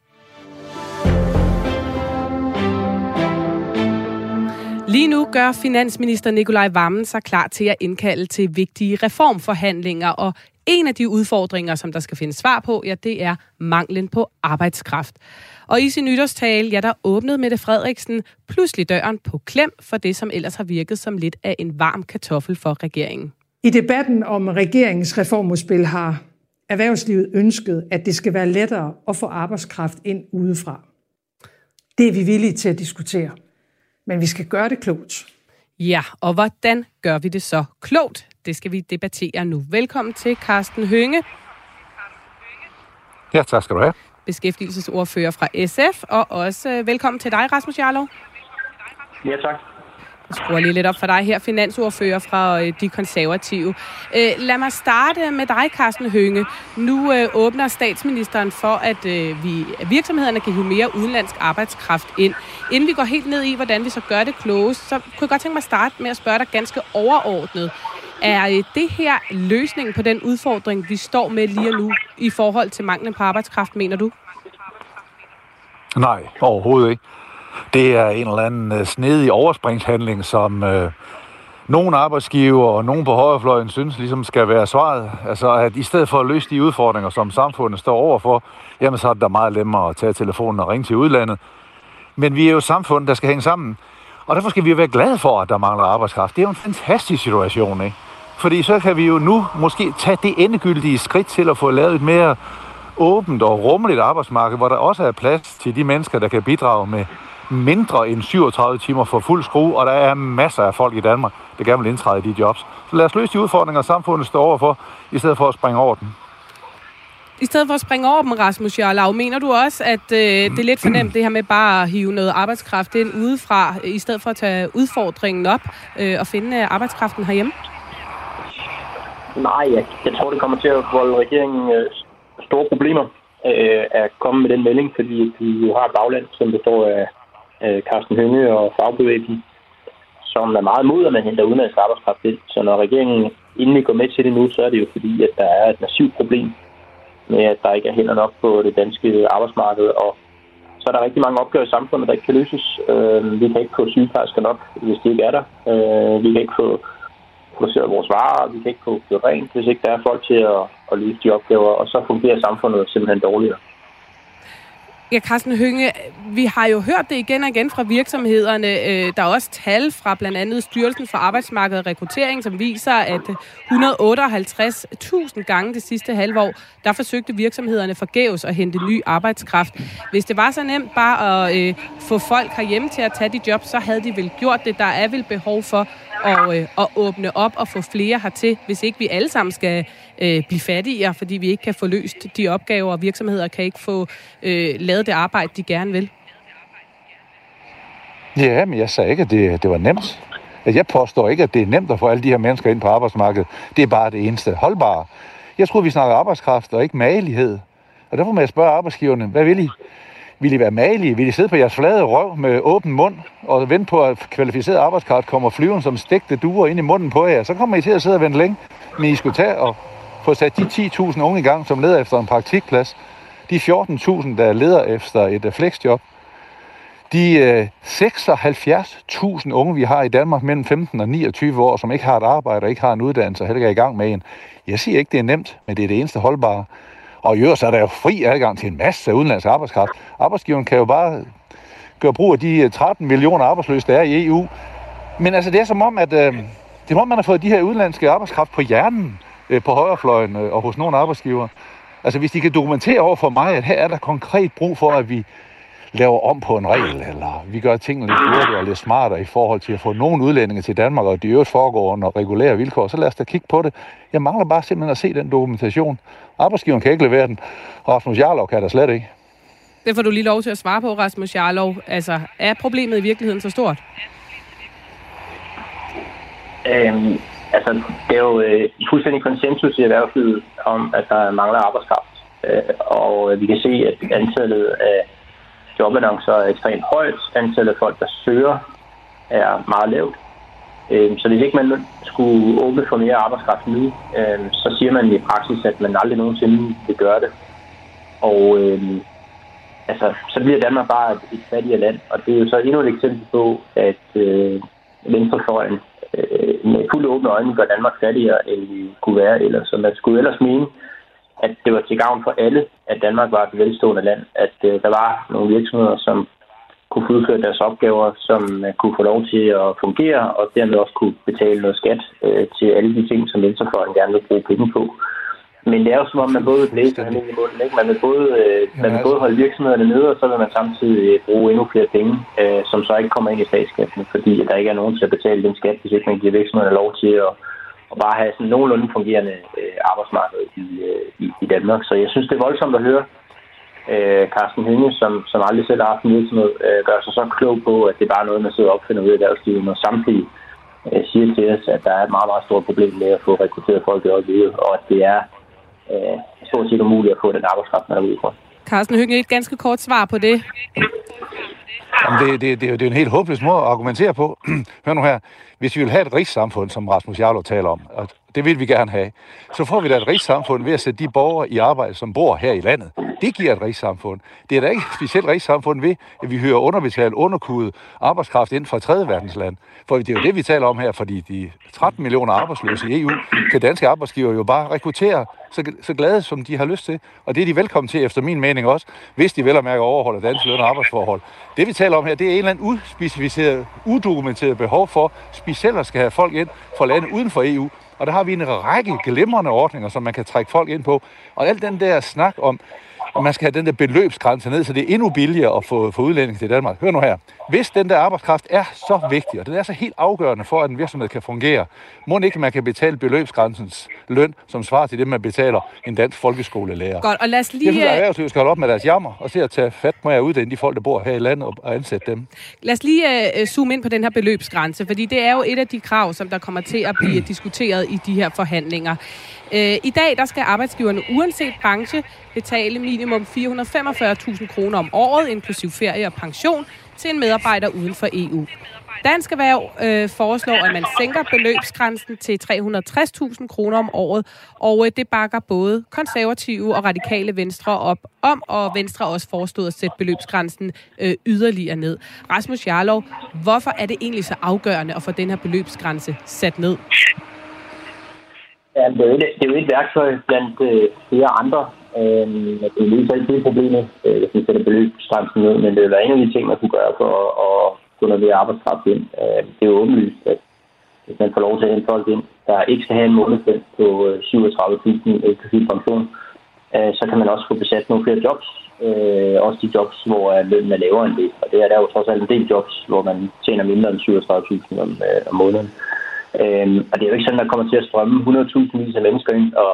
Lige nu gør finansminister Nicolai Wammen sig klar til at indkalde til vigtige reformforhandlinger, og en af de udfordringer, som der skal findes svar på, ja, det er manglen på arbejdskraft. Og i sin nytårstale, ja, der åbnede Mette Frederiksen pludselig døren på klem for det, som ellers har virket som lidt af en varm kartoffel for regeringen.
I debatten om regeringens reformudspil har erhvervslivet ønsket, at det skal være lettere at få arbejdskraft ind udefra. Det er vi villige til at diskutere, men vi skal gøre det klogt.
Ja, og hvordan gør vi det så klogt? Det skal vi debattere nu. Velkommen til Karsten Hønge.
Ja, tak skal du have.
Beskæftigelsesordfører fra S F, og også øh, velkommen til dig, Rasmus Jarlov.
Ja, tak.
Jeg skruer lige lidt op for dig her, finansordfører fra øh, De Konservative. Øh, lad mig starte med dig, Karsten Hønge. Nu øh, åbner statsministeren for, at øh, vi, virksomhederne kan hive mere udenlandsk arbejdskraft ind. Inden vi går helt ned i, hvordan vi så gør det klogest, så kunne jeg godt tænke mig at starte med at spørge dig ganske overordnet. Er øh, det her løsningen på den udfordring, vi står med lige nu i forhold til manglen på arbejdskraft, mener du?
Nej, overhovedet ikke. det er en eller anden snedig overspringshandling, som øh, nogle arbejdsgiver og nogle på højrefløjen synes ligesom skal være svaret. Altså at i stedet for at løse de udfordringer, som samfundet står overfor, jamen så er det da meget nemmere at tage telefonen og ringe til udlandet. Men vi er jo et samfund, der skal hænge sammen. Og derfor skal vi jo være glade for, at der mangler arbejdskraft. Det er jo en fantastisk situation, ikke? Fordi så kan vi jo nu måske tage det endegyldige skridt til at få lavet et mere åbent og rummeligt arbejdsmarked, hvor der også er plads til de mennesker, der kan bidrage med mindre end syvogtredive timer for fuld skrue, og der er masser af folk i Danmark, der gerne vil indtræde i de jobs. Så lad os løse de udfordringer, samfundet står overfor, i stedet for at springe over den.
I stedet for at springe over dem, Rasmus Jarlov, mener du også, at øh, det er lidt fornemt det her med bare at hive noget arbejdskraft ind udefra, i stedet for at tage udfordringen op øh, og finde arbejdskraften herhjemme?
Nej, jeg, jeg tror, det kommer til at volde regeringen øh, store problemer øh, at komme med den melding, fordi vi jo har et bagland, som består af øh, Karsten Hønge og fagbevægelsen, som er meget imod, at man henter udenlandsk arbejdskraft ind. Så når regeringen endelig går med til det nu, så er det jo fordi, at der er et massivt problem med, at der ikke er hænder nok på det danske arbejdsmarked, og så er der rigtig mange opgaver i samfundet, der ikke kan løses. Øh, vi kan ikke få sygeplejersker nok, hvis de ikke er der. Øh, vi kan ikke få produceret vores varer, vi kan ikke få det rent, hvis ikke der er folk til at, at løse de opgaver, og så fungerer samfundet simpelthen dårligere.
Ja, Karsten Hønge, vi har jo hørt det igen og igen fra virksomhederne. Der er også tal fra blandt andet Styrelsen for Arbejdsmarked og Rekruttering, som viser, at et hundrede og otteoghalvtreds tusind gange det sidste halve år, der forsøgte virksomhederne forgæves at hente ny arbejdskraft. Hvis det var så nemt bare at øh, få folk herhjemme til at tage de jobs, så havde de vel gjort det. Der er vel behov for at, øh, at åbne op og få flere hertil, hvis ikke vi alle sammen skal øh, blive fattigere, fordi vi ikke kan få løst de opgaver, og virksomheder kan ikke få øh, lavet det arbejde, de gerne vil.
Ja, men jeg sagde ikke, at det, det var nemt. Jeg påstår ikke, at det er nemt at få alle de her mennesker ind på arbejdsmarkedet. Det er bare det eneste holdbare. Jeg tror, vi snakker arbejdskraft og ikke magelighed. Og derfor må jeg spørge arbejdsgiverne, hvad vil I? Vil I være magelige? Vil I sidde på jeres flade røv med åben mund og vente på, at kvalificeret arbejdskraft kommer flyven som stegte duer ind i munden på jer? Så kommer I til at sidde og vente længe. Men I skulle tage og få sat de ti tusind unge i gang, som leder efter en praktikplads. De fjorten tusind, der leder efter et flexjob. De øh, seksoghalvfjerds tusind unge, vi har i Danmark mellem femten og niogtyve år, som ikke har et arbejde og ikke har en uddannelse og heller ikke er i gang med en. Jeg siger ikke, det er nemt, men det er det eneste holdbare. Og i øvrigt så er der jo fri adgang til en masse udenlandsk arbejdskraft. Arbejdsgiveren kan jo bare gøre brug af de tretten millioner arbejdsløse, der er i E U. Men altså, det er som om, at øh, det er som om, man har fået de her udenlandske arbejdskraft på hjernen øh, på højrefløjen øh, og hos nogle arbejdsgivere. Altså, hvis de kan dokumentere over for mig, at her er der konkret brug for, at vi laver om på en regel, eller vi gør tingene lidt hurtigere og lidt smartere i forhold til at få nogle udlændinge til Danmark, og de øvrigt foregår under regulære vilkår, så lad os da kigge på det. Jeg mangler bare simpelthen at se den dokumentation. Arbejdsgiveren kan ikke levere den, og Rasmus Jarlov kan der slet ikke.
Det får du lige lov til at svare på, Rasmus Jarlov. Altså, er problemet i virkeligheden så stort?
Øhm, altså, det er jo øh, fuldstændig konsensus i erhvervslivet om, at der mangler arbejdskraft. Øh, og vi kan se, at antallet af jobannoncer er ekstremt højt. Antallet af folk, der søger, er meget lavt. Øh, så hvis ikke man skulle åbne for mere arbejdskraft nu, øh, så siger man i praksis, at man aldrig nogensinde vil gøre det. Og øh, altså, så bliver Danmark bare et, et fattigere land. Og det er jo så endnu et eksempel på, at øh, venstrefløjen øh, med fulde åbne øjne gør Danmark fattigere, end vi kunne være ellers. Så man skulle ellers mene, at det var til gavn for alle, at Danmark var et velstående land. At øh, der var nogle virksomheder, som kunne udføre deres opgaver, som uh, kunne få lov til at fungere, og dermed også kunne betale noget skat uh, til alle de ting, som venstrefløjen gerne vil bruge penge på. Men det er jo som om, man både vil blæse og i munden, ikke? Man vil både, uh, man vil både holde virksomhederne nede, og så vil man samtidig uh, bruge endnu flere penge, uh, som så ikke kommer ind i statskassen, fordi der ikke er nogen til at betale den skat, hvis ikke man giver virksomhederne lov til at og bare have sådan nogenlunde fungerende uh, arbejdsmarked i, uh, i, i Danmark. Så jeg synes, det er voldsomt at høre uh, Karsten Hønge, som, som aldrig selv har haft en virksomhed, uh, gør sig så klog på, at det er bare noget, man sidder og opfinder ud af erhvervslivet, og samtidig uh, siger til os, at der er et meget, meget stort problem med at få rekrutteret folk i øjeblikket, og at det er uh, stort set umuligt at få den arbejdskraft, man er ude for.
Karsten Hønge, et ganske kort svar på det.
Jamen, det, det, det, det er jo en helt håbløs måde at argumentere på. Hør nu her. Hvis vi vil have et rigssamfund, som Rasmus Jarlov taler om, og det vil vi gerne have, så får vi da et rigssamfund ved at sætte de borgere i arbejde, som bor her i landet. Det giver et rigssamfund. Det er da ikke et specielt rigssamfund ved, at vi hører underbetalt, underkudet arbejdskraft ind fra tredje verdensland. For det er jo det, vi taler om her, fordi de tretten millioner arbejdsløse i E U kan danske arbejdsgiver jo bare rekruttere så, så glade, som de har lyst til. Og det er de velkommen til, efter min mening også, hvis de vel og mærke overholder danske løn- og arbejdsforhold. Det vi taler om her, det er en eller anden uspecificeret, udokumenteret behov for, specielt at skal have folk ind fra lande uden for E U. Og der har vi en række glimrende ordninger, som man kan trække folk ind på. Og alt den der snak om, at man skal have den der beløbsgrænse ned, så det er endnu billigere at få, få udlændinge til Danmark. Hør nu her. Hvis den der arbejdskraft er så vigtig, og den er så helt afgørende for, at en virksomhed kan fungere, må ikke man kan betale beløbsgrænsens løn, som svarer til det, man betaler en dansk folkeskolelærer.
Godt, og lad os lige...
Jeg synes, at erhvervslivet skal holde op med deres jammer og se at tage fat med at uddanne de folk, der bor her i landet, og ansætte dem.
Lad os lige uh, zoome ind på den her beløbsgrænse, fordi det er jo et af de krav, som der kommer til at blive diskuteret i de her forhandlinger. Uh, I dag der skal arbejdsgiverne uanset branche betale minimum fire hundrede og femogfyrre tusind kroner om året, inklusiv ferie og pension, til en medarbejder uden for E U. Dansk Erhverv øh, foreslår, at man sænker beløbsgrænsen til tre hundrede og tres tusind kroner om året, og øh, det bakker både konservative og radikale Venstre op om, og Venstre også foreslået at sætte beløbsgrænsen øh, yderligere ned. Rasmus Jarlov, hvorfor er det egentlig så afgørende at få den her beløbsgrænse sat ned?
Ja, det, er jo et, det er jo et værktøj blandt øh, flere andre. Øh, det løser ikke det problemet, øh, hvis vi sætter beløbsgrænsen ned, men det vil være en af de ting, man kunne gøre for at få noget mere arbejdskraft ind. Øh, det er jo åbenlyst, at hvis man får lov til at hente folk ind, der ikke skal have en månedsløn på syvogtredive tusind inklusiv pension, øh, så kan man også få besat nogle flere jobs. Øh, også de jobs, hvor lønnen er lavere end det. Og det er der jo trods alt en del jobs, hvor man tjener mindre end syvogtredive tusind om, øh, om måneden. Øhm, og det er jo ikke sådan, at der kommer til at strømme hundrede tusind af mennesker ind og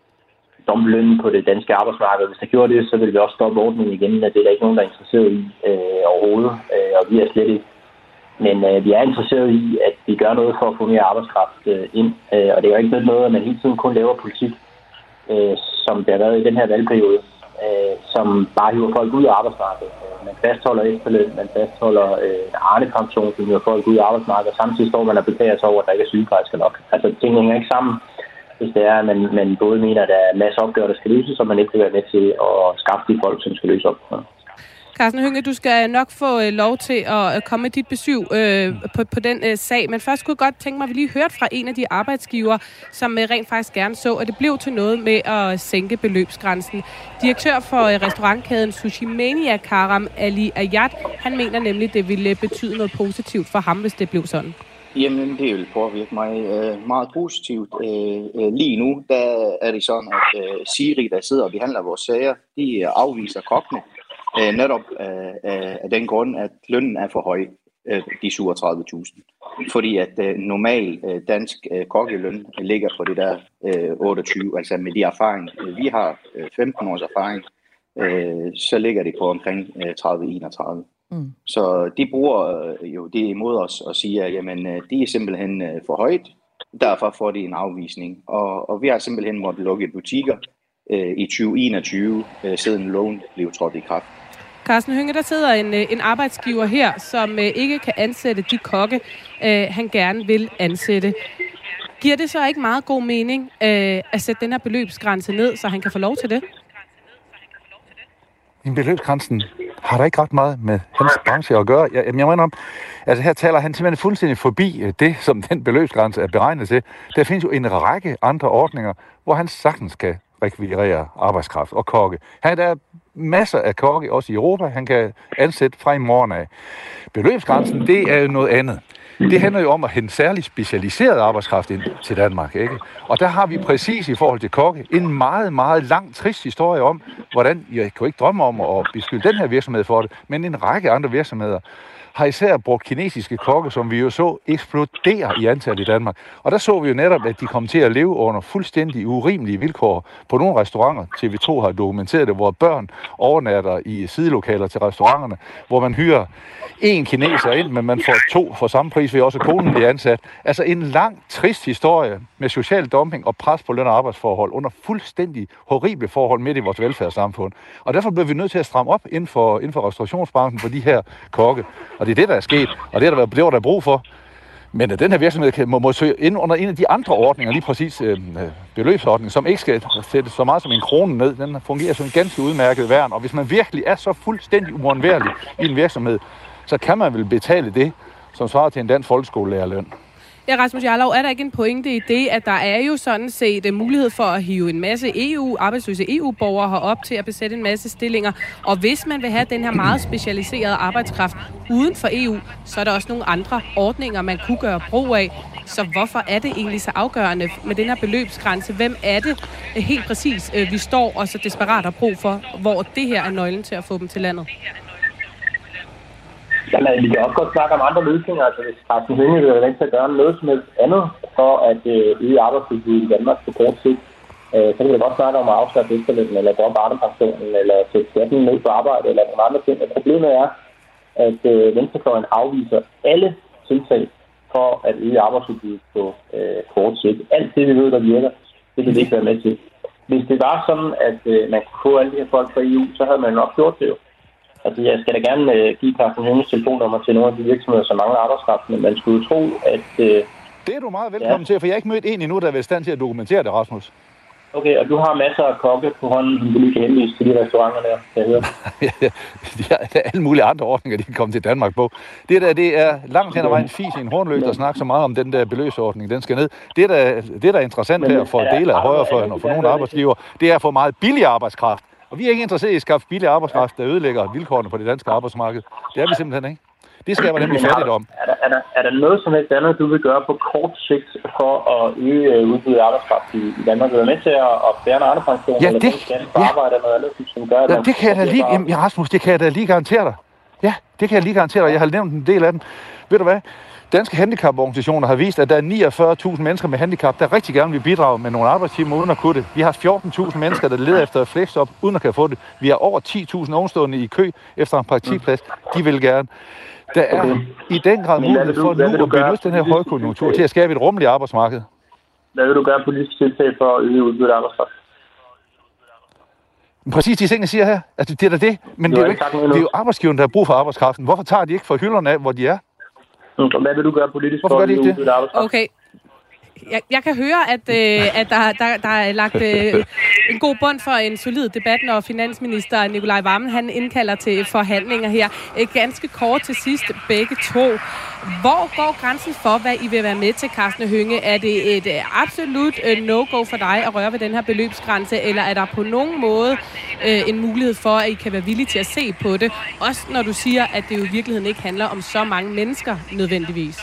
dumpe lønnen på det danske arbejdsmarked. Hvis der gjorde det, så ville vi også stoppe ordningen igen, at det er der ikke nogen, der er interesseret i øh, overhovedet, øh, og vi er slet ikke. Men øh, vi er interesseret i, at vi gør noget for at få mere arbejdskraft øh, ind, øh, og det er jo ikke noget, at man hele tiden kun laver politik, øh, som det har været i den her valgperiode, øh, som bare hiver folk ud af arbejdsmarkedet. Man fastholder efterløn, man fastholder øh, Arne-pension, som hiver folk ud af arbejdsmarkedet, og samtidig står man og beklager sig over, at der ikke er sygeplejersker nok. Altså, tingene hænger ikke sammen, hvis det er, at man, man både mener, at der er en masse opgaver, der skal løses, og man ikke vil være med til at skaffe de folk, som skal løse opgaver.
Carsten Hønge, du skal nok få øh, lov til at komme med dit besøg øh, på, på den øh, sag, men først kunne jeg godt tænke mig, at vi lige hørte fra en af de arbejdsgiver, som øh, rent faktisk gerne så, at det blev til noget med at sænke beløbsgrænsen. Direktør for øh, restaurantkæden Sushi Mania, Karam Ali Ayat, han mener nemlig, at det ville betyde noget positivt for ham, hvis det blev sådan.
Jamen, det vil påvirke mig øh, meget positivt. Øh, lige nu, der er det sådan, at øh, Siri, der sidder og behandler vores sager, de afviser kokkene. Øh, netop øh, af den grund, at lønnen er for høj, øh, de syvogtredive tusind. Fordi at øh, normal øh, dansk øh, kokkeløn ligger på det der øh, otteogtyve, altså med de erfaring, øh, vi har øh, femten års erfaring, øh, så ligger det på omkring øh, tredive til enogtredive. Mm. Så de bruger øh, jo det imod os og siger, at jamen, øh, de er simpelthen øh, for højt, derfor får de en afvisning. Og, og vi har simpelthen måttet lukke butikker øh, i tyve enogtyve, øh, siden loven blev trådt i kraft.
Carsten Hønge, der sidder en, en arbejdsgiver her, som ikke kan ansætte de kokke, øh, han gerne vil ansætte. Giver det så ikke meget god mening øh, at sætte den her beløbsgrænse ned, så han kan få lov til det?
En beløbsgrænsen har der ikke ret meget med hans branche at gøre. Jeg, jeg mener om, altså her taler han simpelthen fuldstændig forbi det, som den beløbsgrænse er beregnet til. Der findes jo en række andre ordninger, hvor han sagtens kan rekvirere arbejdskraft og kokke. Han er masser af kokke, også i Europa, han kan ansætte fra i morgen af. Beløbsgrænsen, det er jo noget andet. Det handler jo om at hente særligt specialiseret arbejdskraft ind til Danmark, ikke? Og der har vi præcis i forhold til kokke en meget, meget lang, trist historie om, hvordan, jeg kan jo ikke drømme om at beskylde den her virksomhed for det, men en række andre virksomheder har især brugt kinesiske kokke, som vi jo så eksplodere i antal i Danmark. Og der så vi jo netop, at de kom til at leve under fuldstændig urimelige vilkår på nogle restauranter. T V to har dokumenteret det, hvor børn overnatter i sidelokaler til restauranterne, hvor man hyrer en kineser ind, men man får to for samme pris, ved også konen bliver ansat. Altså en lang, trist historie med social dumping og pres på løn- og arbejdsforhold under fuldstændig horrible forhold midt i vores velfærdssamfund. Og derfor bliver vi nødt til at stramme op inden for, inden for restaurationsbranchen for de her kokke. Og det er det, der er sket, og det er der, det var der brug for. Men den her virksomhed kan, må, må søge ind under en af de andre ordninger, lige præcis øh, beløbsordningen, som ikke skal sætte så meget som en krone ned. Den fungerer som en ganske udmærket værn, og hvis man virkelig er så fuldstændig uundværlig i en virksomhed, så kan man vel betale det, som svarer til en dansk folkeskolelærerløn.
Ja, Rasmus Jarlov, er der ikke en pointe i det, at der er jo sådan set en mulighed for at hive en masse E U, arbejdsløse E U-borgere herop til at besætte en masse stillinger, og hvis man vil have den her meget specialiserede arbejdskraft uden for E U, så er der også nogle andre ordninger, man kunne gøre brug af. Så hvorfor er det egentlig så afgørende med den her beløbsgrænse? Hvem er det helt præcis, vi står og så desperat har brug for, hvor det her er nøglen til at få dem til landet?
Jamen, vi kan også godt snakke om andre løsninger. Altså, hvis Carsten Hønge vil være vant til at gøre noget som helst andet for at øh, øge arbejdsudbuddet i Danmark på kort sigt, øh, så kan vi godt snakke om at afskaffe efterlønnen, eller droppe Arnepensionen, eller sætte skatten ned på arbejde, eller nogle andre ting. Og problemet er, at øh, venstrefløjen afviser alle tiltag for at øge arbejdsudbuddet på øh, kort sigt. Alt det, vi ved, der virker, det vil vi ikke være med til. Hvis det var sådan, at øh, man kunne få alle de her folk fra E U, så havde man nok gjort det jo. Altså, jeg skal da gerne øh, give Carsten Hønges telefonnummer til nogle af de virksomheder, som mangler arbejdskraft, men man skulle jo tro, at... Øh,
det er du meget velkommen ja. til, for jeg har ikke mødt en endnu, der er i stand til at dokumentere det, Rasmus.
Okay, og du har masser af kokke på hånden, som du lige kan henvise til de restauranter der, jeg hører.
Ja, der er alle mulige andre ordninger, de kan komme til Danmark på. Det der, det er langt hen ad vejen fis i en hornlygte at snakke så meget om den der beløbsordning, den skal ned. Det, der, det der er interessant her for dele af højrefløjen og for nogle arbejdsgiver, det er at få meget billig arbejdskraft. Og vi er ikke interesseret i at skaffe billig arbejdskraft, der ødelægger vilkårene på det danske arbejdsmarked. Det er vi simpelthen ikke. Det skaber nemlig fattigdom.
Er der, er, der, er der noget som helst andet, du vil gøre på kort sigt for at øge udbuddet af arbejdskraft i, i Danmark? Vil du være med til at, at fjerne Arnepension
ja,
eller
det,
skatten på ja. arbejde eller noget andet, som gør, at
ja,
man...
det kan jeg da lige... Jamen, ja, Rasmus, det kan jeg da lige garantere dig. Ja, det kan jeg lige garantere dig. Jeg har nævnt en del af den. Ved du hvad? Danske handicaporganisationer har vist, at der er niogfyrre tusind mennesker med handicap, der rigtig gerne vil bidrage med nogle arbejdstimer uden at kunne det. Vi har fjorten tusind mennesker, der leder efter et flexjob uden at kan få det. Vi har over ti tusind ovenstående i kø efter en praktikplads. De vil gerne. Der er okay. i den grad mulighed for nu at benytte den her højkonjunktur til at skabe et rummeligt arbejdsmarked.
Hvad vil du gøre politisk tiltag for at øge udbuddet af arbejdskraft?
Præcis de ting, jeg siger her. Altså, det er da det. Men det er, jo ikke, det er jo arbejdsgiverne, der har brug for arbejdskraften. Hvorfor tager de ikke fra hylderne af, hvor de er?
Hvad vil du gøre politisk
for at øge udbuddet af arbejdskraft?
Okay. Jeg, jeg kan høre, at, øh, at der, der, der er lagt øh, en god bund for en solid debat, når finansminister Nicolai Wammen han indkalder til forhandlinger her. Øh, ganske kort til sidst, begge to. Hvor går grænsen for, hvad I vil være med til, Carsten Hønge? Er det et øh, absolut øh, no-go for dig at røre ved den her beløbsgrænse, eller er der på nogen måde øh, en mulighed for, at I kan være villige til at se på det? Også når du siger, at det jo i virkeligheden ikke handler om så mange mennesker nødvendigvis.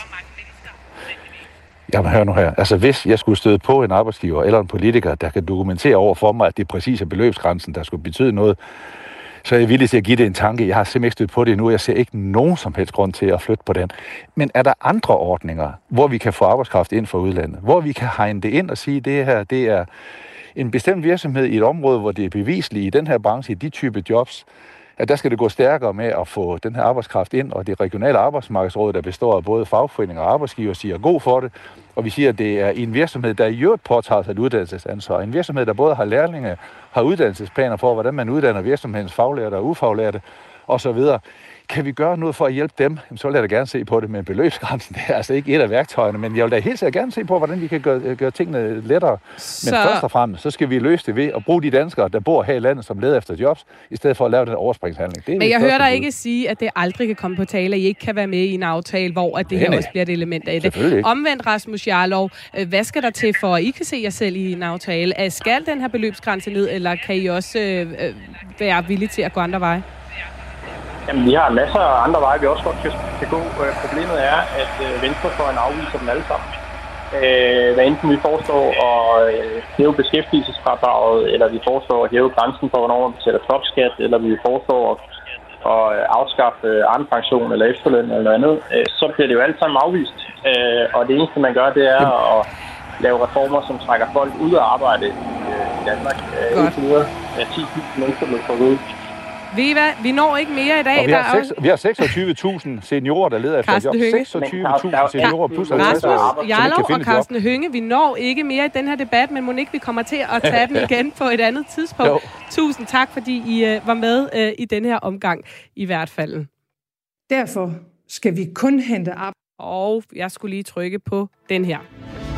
Jamen hør nu her. Altså hvis jeg skulle støde på en arbejdsgiver eller en politiker, der kan dokumentere over for mig, at det præcis er beløbsgrænsen, der skulle betyde noget, så er jeg villig til at give det en tanke. Jeg har simpelthen ikke stødt på det endnu. Jeg ser ikke nogen som helst grund til at flytte på den. Men er der andre ordninger, hvor vi kan få arbejdskraft ind fra udlandet? Hvor vi kan hegne det ind og sige, at det her det er en bestemt virksomhed i et område, hvor det er bevisligt i den her branche, i de type jobs, at der skal det gå stærkere med at få den her arbejdskraft ind, og det regionale arbejdsmarkedsråd, der består af både fagforeninger og arbejdsgiver, siger god for det, og vi siger, at det er en virksomhed, der i øvrigt påtager sig et uddannelsesansvar. En virksomhed, der både har lærlinge, har uddannelsesplaner for, hvordan man uddanner virksomhedens faglærte og ufaglærte osv. Kan vi gøre noget for at hjælpe dem? Så vil jeg da gerne se på det med beløbsgrænsen. Det er altså ikke et af værktøjerne, men jeg vil da helt sikkert gerne se på, hvordan vi kan gøre, gøre tingene lettere. Så... Men først og fremmest, så skal vi løse det ved at bruge de danskere, der bor her i landet, som leder efter jobs, i stedet for at lave den overspringshandling. Det
men jeg hører dig ikke sige, at det aldrig kan komme på tale, at I ikke kan være med i en aftale, hvor at det her også bliver et element af det. Omvendt, Rasmus Jarlov, hvad skal der til for, at I kan se jer selv i en aftale? Skal den her beløbsgrænse ned, eller kan I også øh, være villige til at gå andre veje?
Jamen, vi har masser af andre veje, vi også godt kan gå. Problemet er, at venstrefløjen afviser dem alle sammen. Hvad enten vi foreslår at hæve beskæftigelsesfradraget, eller vi foreslår at hæve grænsen for, hvornår man betaler topskat, eller vi foreslår at, at afskaffe Arnepension eller efterløn eller noget andet, så bliver det jo alt sammen afvist. Og det eneste, man gør, det er at lave reformer, som trækker folk ud af arbejde i Danmark. Indtil videre er ti tusind mennesker blevet fået ud.
Ved I hvad? Vi når ikke mere i dag.
Og vi har, seks, vi har seksogtyve tusind seniorer, der leder efter job. seksogtyve tusind seniorer plus halvtreds år.
Rasmus Jarlov og Carsten Hønge, vi når ikke mere i den her debat, men må ikke vi kommer til at tage den igen på et andet tidspunkt. Jo. Tusind tak, fordi I uh, var med uh, i den her omgang i hvert fald.
Derfor skal vi kun hente op
Og jeg skulle lige trykke på den her.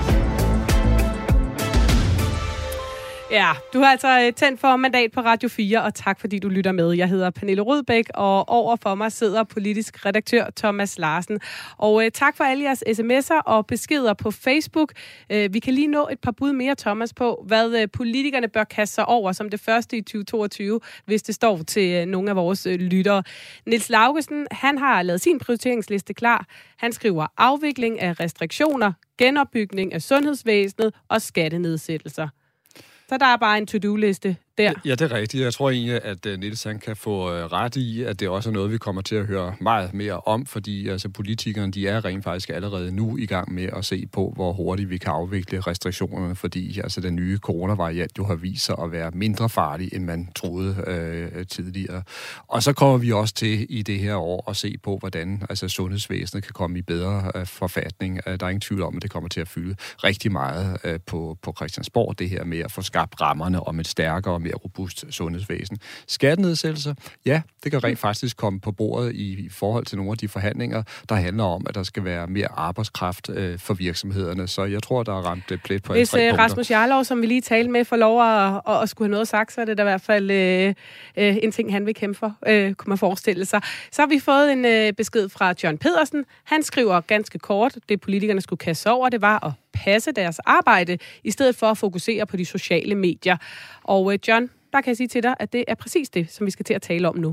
Ja, du har altså tændt for Mandat på Radio fire, og tak fordi du lytter med. Jeg hedder Pernille Rudbæk, og over for mig sidder politisk redaktør Thomas Larsen. Og øh, tak for alle jeres sms'er og beskeder på Facebook. Øh, vi kan lige nå et par bud mere, Thomas, på, hvad øh, politikerne bør kaste sig over som det første i tyve toogtyve, hvis det står til øh, nogle af vores øh, lyttere. Niels Laugesen, han har lavet sin prioriteringsliste klar. Han skriver afvikling af restriktioner, genopbygning af sundhedsvæsenet og skattenedsættelser. Så der er bare en to-do-liste der.
Ja, det er rigtigt. Jeg tror egentlig, at Niels han kan få ret i, at det også er noget, vi kommer til at høre meget mere om, fordi altså, politikerne de er rent faktisk allerede nu i gang med at se på, hvor hurtigt vi kan afvikle restriktionerne, fordi altså, den nye coronavariant jo har vist sig at være mindre farlig, end man troede øh, tidligere. Og så kommer vi også til i det her år at se på, hvordan altså, sundhedsvæsenet kan komme i bedre øh, forfatning. Der er ingen tvivl om, at det kommer til at fylde rigtig meget øh, på, på Christiansborg, det her med at få skabt rammerne om et stærkere og mere robust sundhedsvæsen. Skattenedsættelser, ja, det kan rent faktisk komme på bordet i, i forhold til nogle af de forhandlinger, der handler om, at der skal være mere arbejdskraft øh, for virksomhederne. Så jeg tror, der er ramt øh, plet på
Hvis
tre punkter.
Rasmus Jarlov, som vi lige talte med, får lov at, at, at skulle have noget sagt, så er det da i hvert fald øh, øh, en ting, han vil kæmpe for, øh, kunne man forestille sig. Så har vi fået en øh, besked fra John Pedersen. Han skriver ganske kort, det politikerne skulle kaste over, det var at passe deres arbejde, i stedet for at fokusere på de sociale medier. Og øh, John, der kan jeg sige til dig, at det er præcis det, som vi skal til at tale om nu.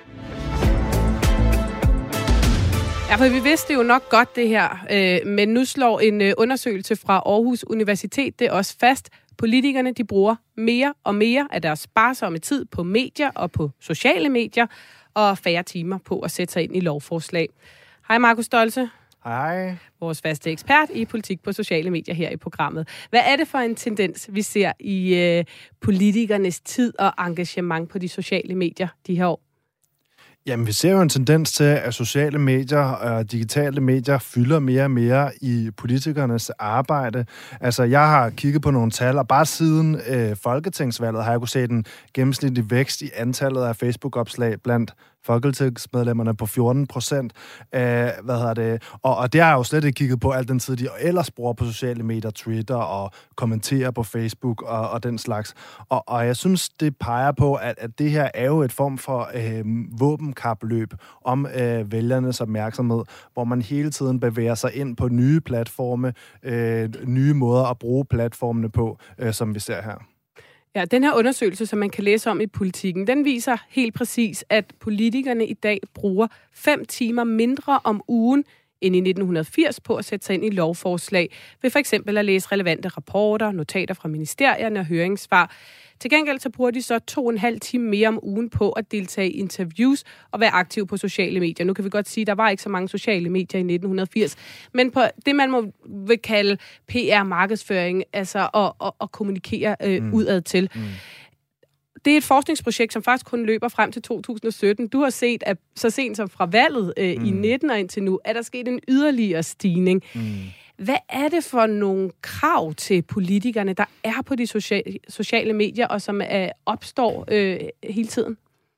Ja, for vi vidste jo nok godt det her, øh, men nu slår en øh, undersøgelse fra Aarhus Universitet det også fast. Politikerne, de bruger mere og mere af deres sparsomme tid på medier og på sociale medier, og færre timer på at sætte sig ind i lovforslag. Hej Markus Stolze.
Hej.
Vores faste ekspert i politik på sociale medier her i programmet. Hvad er det for en tendens, vi ser i øh, politikernes tid og engagement på de sociale medier de her år?
Jamen, vi ser jo en tendens til, at sociale medier og digitale medier fylder mere og mere i politikernes arbejde. Altså, jeg har kigget på nogle tal, og bare siden øh, folketingsvalget har jeg kunne se den gennemsnitlige vækst i antallet af Facebook-opslag blandt folketingsmedlemmerne på fjorten procent. Øh, hvad hedder det? Og, og det har jeg jo slet ikke kigget på al den tid, de ellers bruger på sociale medier, Twitter og kommenterer på Facebook og, og den slags. Og, og jeg synes, det peger på, at, at det her er jo et form for øh, våbenkapløb om øh, vælgernes opmærksomhed, hvor man hele tiden bevæger sig ind på nye platforme, øh, nye måder at bruge platformene på, øh, som vi ser her.
Ja, den her undersøgelse, som man kan læse om i Politikken, den viser helt præcis, at politikerne i dag bruger fem timer mindre om ugen end i nitten firs på at sætte sig ind i lovforslag, ved for eksempel at læse relevante rapporter, notater fra ministerierne og høringssvar. Til gengæld så bruger de så to og en halv time mere om ugen på at deltage i interviews og være aktiv på sociale medier. Nu kan vi godt sige, at der var ikke så mange sociale medier i nitten firs, men på det, man må vil kalde P R-markedsføring, altså at, at, at kommunikere øh, mm. udad til. Mm. Det er et forskningsprojekt, som faktisk kun løber frem til to tusind og sytten. Du har set, at så sent som fra valget øh, mm. i nitten og indtil nu, er der sket en yderligere stigning. Mm. Hvad er det for nogle krav til politikerne, der er på de sociale, sociale medier, og som øh, opstår øh, hele tiden?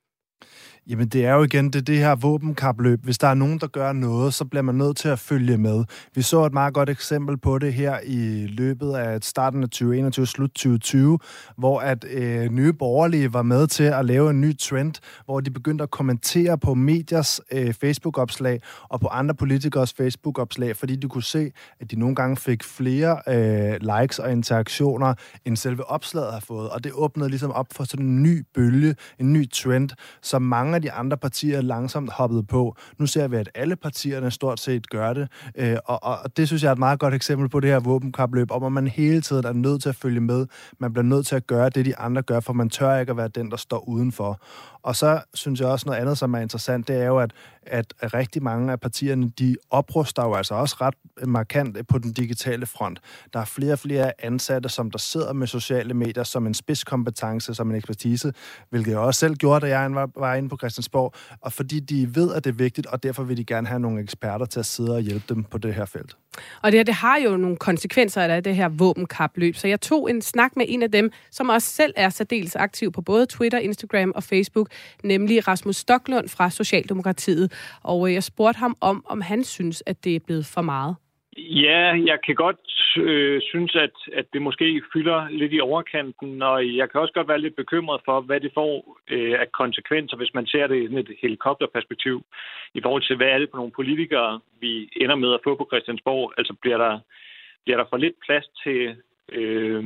Jamen, det er jo igen det, det her våbenkapløb. Hvis der er nogen, der gør noget, så bliver man nødt til at følge med. Vi så et meget godt eksempel på det her i løbet af starten af tyve enogtyve, slut tyve tyve, hvor at øh, Nye Borgerlige var med til at lave en ny trend, hvor de begyndte at kommentere på mediers øh, Facebook-opslag og på andre politikers Facebook-opslag, fordi de kunne se, at de nogle gange fik flere øh, likes og interaktioner, end selve opslaget har fået. Og det åbnede ligesom op for sådan en ny bølge, en ny trend, som mange af de andre partier langsomt hoppet på. Nu ser vi, at alle partierne stort set gør det, øh, og, og det synes jeg er et meget godt eksempel på det her våbenkapløb, om at man hele tiden er nødt til at følge med. Man bliver nødt til at gøre det, de andre gør, for man tør ikke at være den, der står udenfor. Og så synes jeg også noget andet, som er interessant, det er jo, at, at rigtig mange af partierne, de opruster jo altså også ret markant på den digitale front. Der er flere og flere ansatte, som der sidder med sociale medier som en spidskompetence, som en ekspertise, hvilket jeg også selv gjorde, da jeg var, var inde på Christiansborg, og fordi de ved, at det er vigtigt, og derfor vil de gerne have nogle eksperter til at sidde og hjælpe dem på det her felt.
Og det her, det har jo nogle konsekvenser af det her våbenkapløb. Så jeg tog en snak med en af dem, som også selv er særdeles aktiv på både Twitter, Instagram og Facebook, nemlig Rasmus Stoklund fra Socialdemokratiet. Og jeg spurgte ham om, om han synes, at det er blevet for meget.
Ja, jeg kan godt øh, synes, at, at det måske fylder lidt i overkanten, og jeg kan også godt være lidt bekymret for, hvad det får øh, af konsekvenser, hvis man ser det i et helikopterperspektiv, i forhold til, hvad er det for nogle politikere, vi ender med at få på Christiansborg. Altså bliver der, bliver der for lidt plads til øh,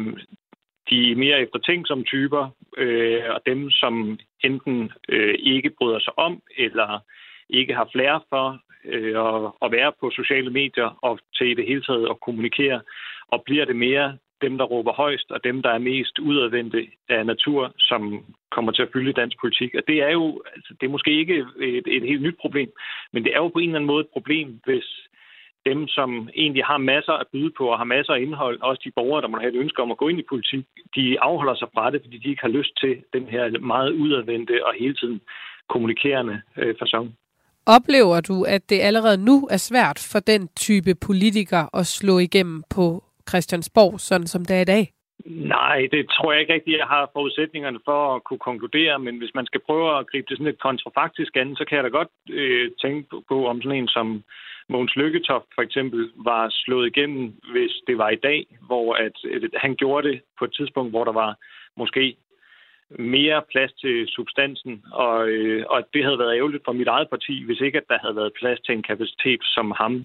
de mere eftertænksomme typer, øh, og dem, som enten øh, ikke bryder sig om, eller ikke har flere for øh, at, at være på sociale medier og til i det hele taget at kommunikere. Og bliver det mere dem, der råber højst, og dem, der er mest udadvendte af natur, som kommer til at fylde dansk politik. Og det er jo, altså, det er måske ikke et, et helt nyt problem, men det er jo på en eller anden måde et problem, hvis dem, som egentlig har masser at byde på og har masser af indhold, også de borgere, der må have et ønske om at gå ind i politik, de afholder sig fra det, fordi de ikke har lyst til den her meget udadvendte og hele tiden kommunikerende øh, facon.
Oplever du, at det allerede nu er svært for den type politikere at slå igennem på Christiansborg, sådan som det er i dag?
Nej, det tror jeg ikke rigtigt, jeg har forudsætningerne for at kunne konkludere, men hvis man skal prøve at gribe det sådan lidt kontrafaktisk an, så kan jeg da godt øh, tænke på, om sådan en som Mogens Lykketoft for eksempel var slået igennem, hvis det var i dag, hvor at, at han gjorde det på et tidspunkt, hvor der var måske mere plads til substansen, og, øh, og det havde været ærgerligt for mit eget parti, hvis ikke at der havde været plads til en kapacitet som ham.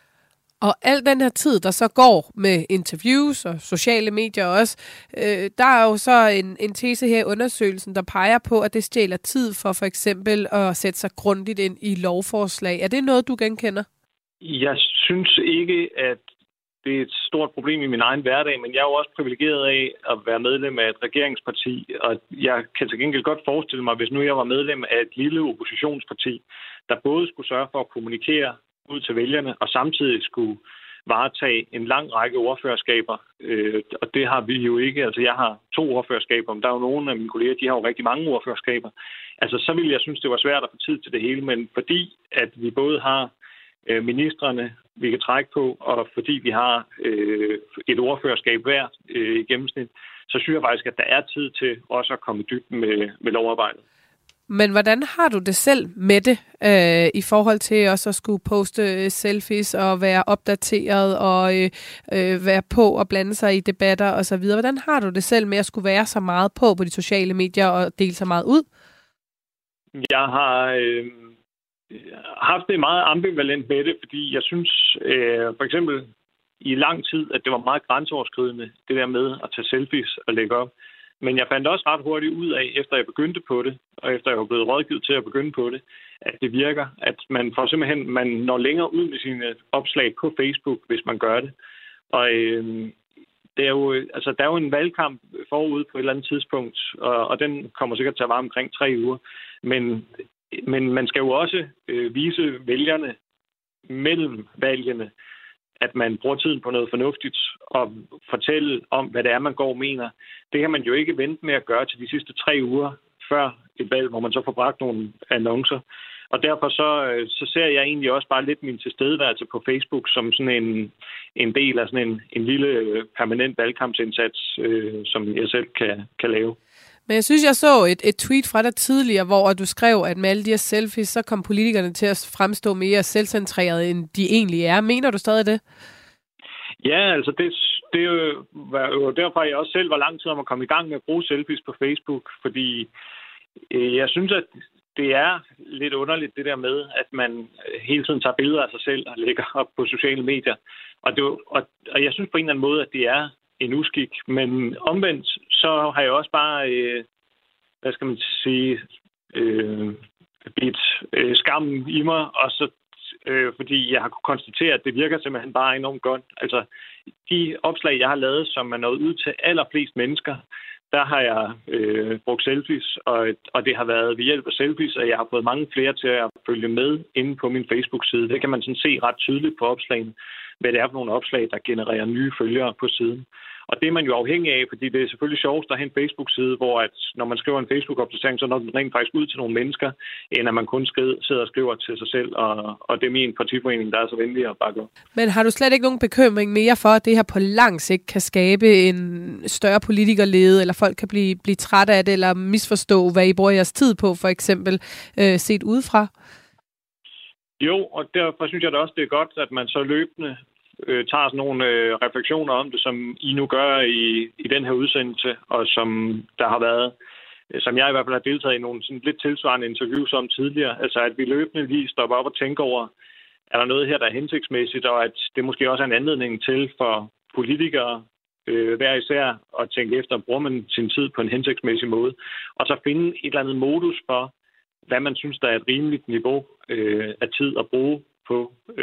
Og al den her tid, der så går med interviews og sociale medier også, øh, der er jo så en, en tese her i undersøgelsen, der peger på, at det stjæler tid for for eksempel at sætte sig grundigt ind i lovforslag. Er det noget, du genkender? Jeg
synes ikke, at det er et stort problem i min egen hverdag, men jeg er jo også privilegeret af at være medlem af et regeringsparti, og jeg kan til gengæld godt forestille mig, hvis nu jeg var medlem af et lille oppositionsparti, der både skulle sørge for at kommunikere ud til vælgerne, og samtidig skulle varetage en lang række ordførerskaber. Øh, og det har vi jo ikke. Altså, jeg har to ordførerskaber, men der er jo nogle af mine kolleger, de har jo rigtig mange ordførerskaber. Altså, så ville jeg synes, det var svært at få tid til det hele, men fordi at vi både har øh, ministrene, vi kan trække på, og fordi vi har øh, et ordførerskab hver øh, i gennemsnit, så synes jeg faktisk, at der er tid til også at komme i dybden med, med lovarbejdet.
Men hvordan har du det selv med det, øh, i forhold til også at skulle poste selfies og være opdateret og øh, øh, være på og blande sig i debatter osv.? Hvordan har du det selv med at skulle være så meget på på de sociale medier og dele så meget ud?
Jeg har øh, haft det meget ambivalent med det, fordi jeg synes øh, for eksempel i lang tid, at det var meget grænseoverskridende, det der med at tage selfies og lægge op. Men jeg fandt også ret hurtigt ud af, efter jeg begyndte på det, og efter jeg var blevet rådgivet til at begynde på det, at det virker, at man får simpelthen, man når længere ud med sine opslag på Facebook, hvis man gør det. Og øh, det er jo, altså, der er jo en valgkamp forud på et eller andet tidspunkt, og, og den kommer sikkert til at vare omkring tre uger. Men, men man skal jo også øh, vise vælgerne mellem valgene, at man bruger tiden på noget fornuftigt og fortælle om, hvad det er, man går og mener. Det kan man jo ikke vente med at gøre til de sidste tre uger før et valg, hvor man så får bragt nogle annoncer. Og derfor så, så ser jeg egentlig også bare lidt min tilstedeværelse på Facebook som sådan en, en del af sådan en, en lille permanent valgkampsindsats, øh, som jeg selv kan, kan lave.
Men jeg synes, jeg så et, et tweet fra dig tidligere, hvor du skrev, at med alle de her selfies, så kom politikerne til at fremstå mere selvcentreret, end de egentlig er. Mener du stadig det?
Ja, altså det, det var jo derfor, jeg også selv var lang tid om at komme i gang med at bruge selfies på Facebook, fordi øh, jeg synes, at det er lidt underligt det der med, at man hele tiden tager billeder af sig selv og lægger op på sociale medier. Og, det, og, og jeg synes på en eller anden måde, at det er en uskik, men omvendt, så har jeg også bare, øh, hvad skal man sige, øh, bidt øh, skammen i mig, og så, øh, fordi jeg har kunnet konstatere, at det virker simpelthen bare enormt godt. Altså, de opslag, jeg har lavet, som er nået ud til allerflest mennesker, der har jeg øh, brugt selfies, og, og det har været ved hjælp af selfies, at jeg har fået mange flere til at følge med inde på min Facebook-side. Det kan man sådan se ret tydeligt på opslagene, hvad det er for nogle opslag, der genererer nye følgere på siden. Og det er man jo afhængig af, fordi det er selvfølgelig sjovt at have en Facebook-side, hvor at, når man skriver en Facebook-opdatering, så når den rent faktisk ud til nogle mennesker, end at man kun skriver, sidder og skriver til sig selv, og, og det er min partiforening, der er så venlig at bakke op.
Men har du slet ikke nogen bekymring mere for, at det her på lang sigt kan skabe en større politikerlede, eller folk kan blive, blive trætte af det, eller misforstå, hvad I bruger jeres tid på, for eksempel øh, set udefra?
Jo, og derfor synes jeg da også, det er godt, at man så løbende øh, tager sådan nogle øh, refleksioner om det, som I nu gør i, i den her udsendelse, og som der har været, øh, som jeg i hvert fald har deltaget i nogle sådan lidt tilsvarende interviews om tidligere. Altså, at vi løbende lige stopper op og tænker over, er der noget her, der er hensigtsmæssigt, og at det måske også er en anledning til for politikere, øh, hver især, at tænke efter, bruger man sin tid på en hensigtsmæssig måde, og så finde et eller andet modus for, hvad man synes, der er et rimeligt niveau øh, af tid at bruge på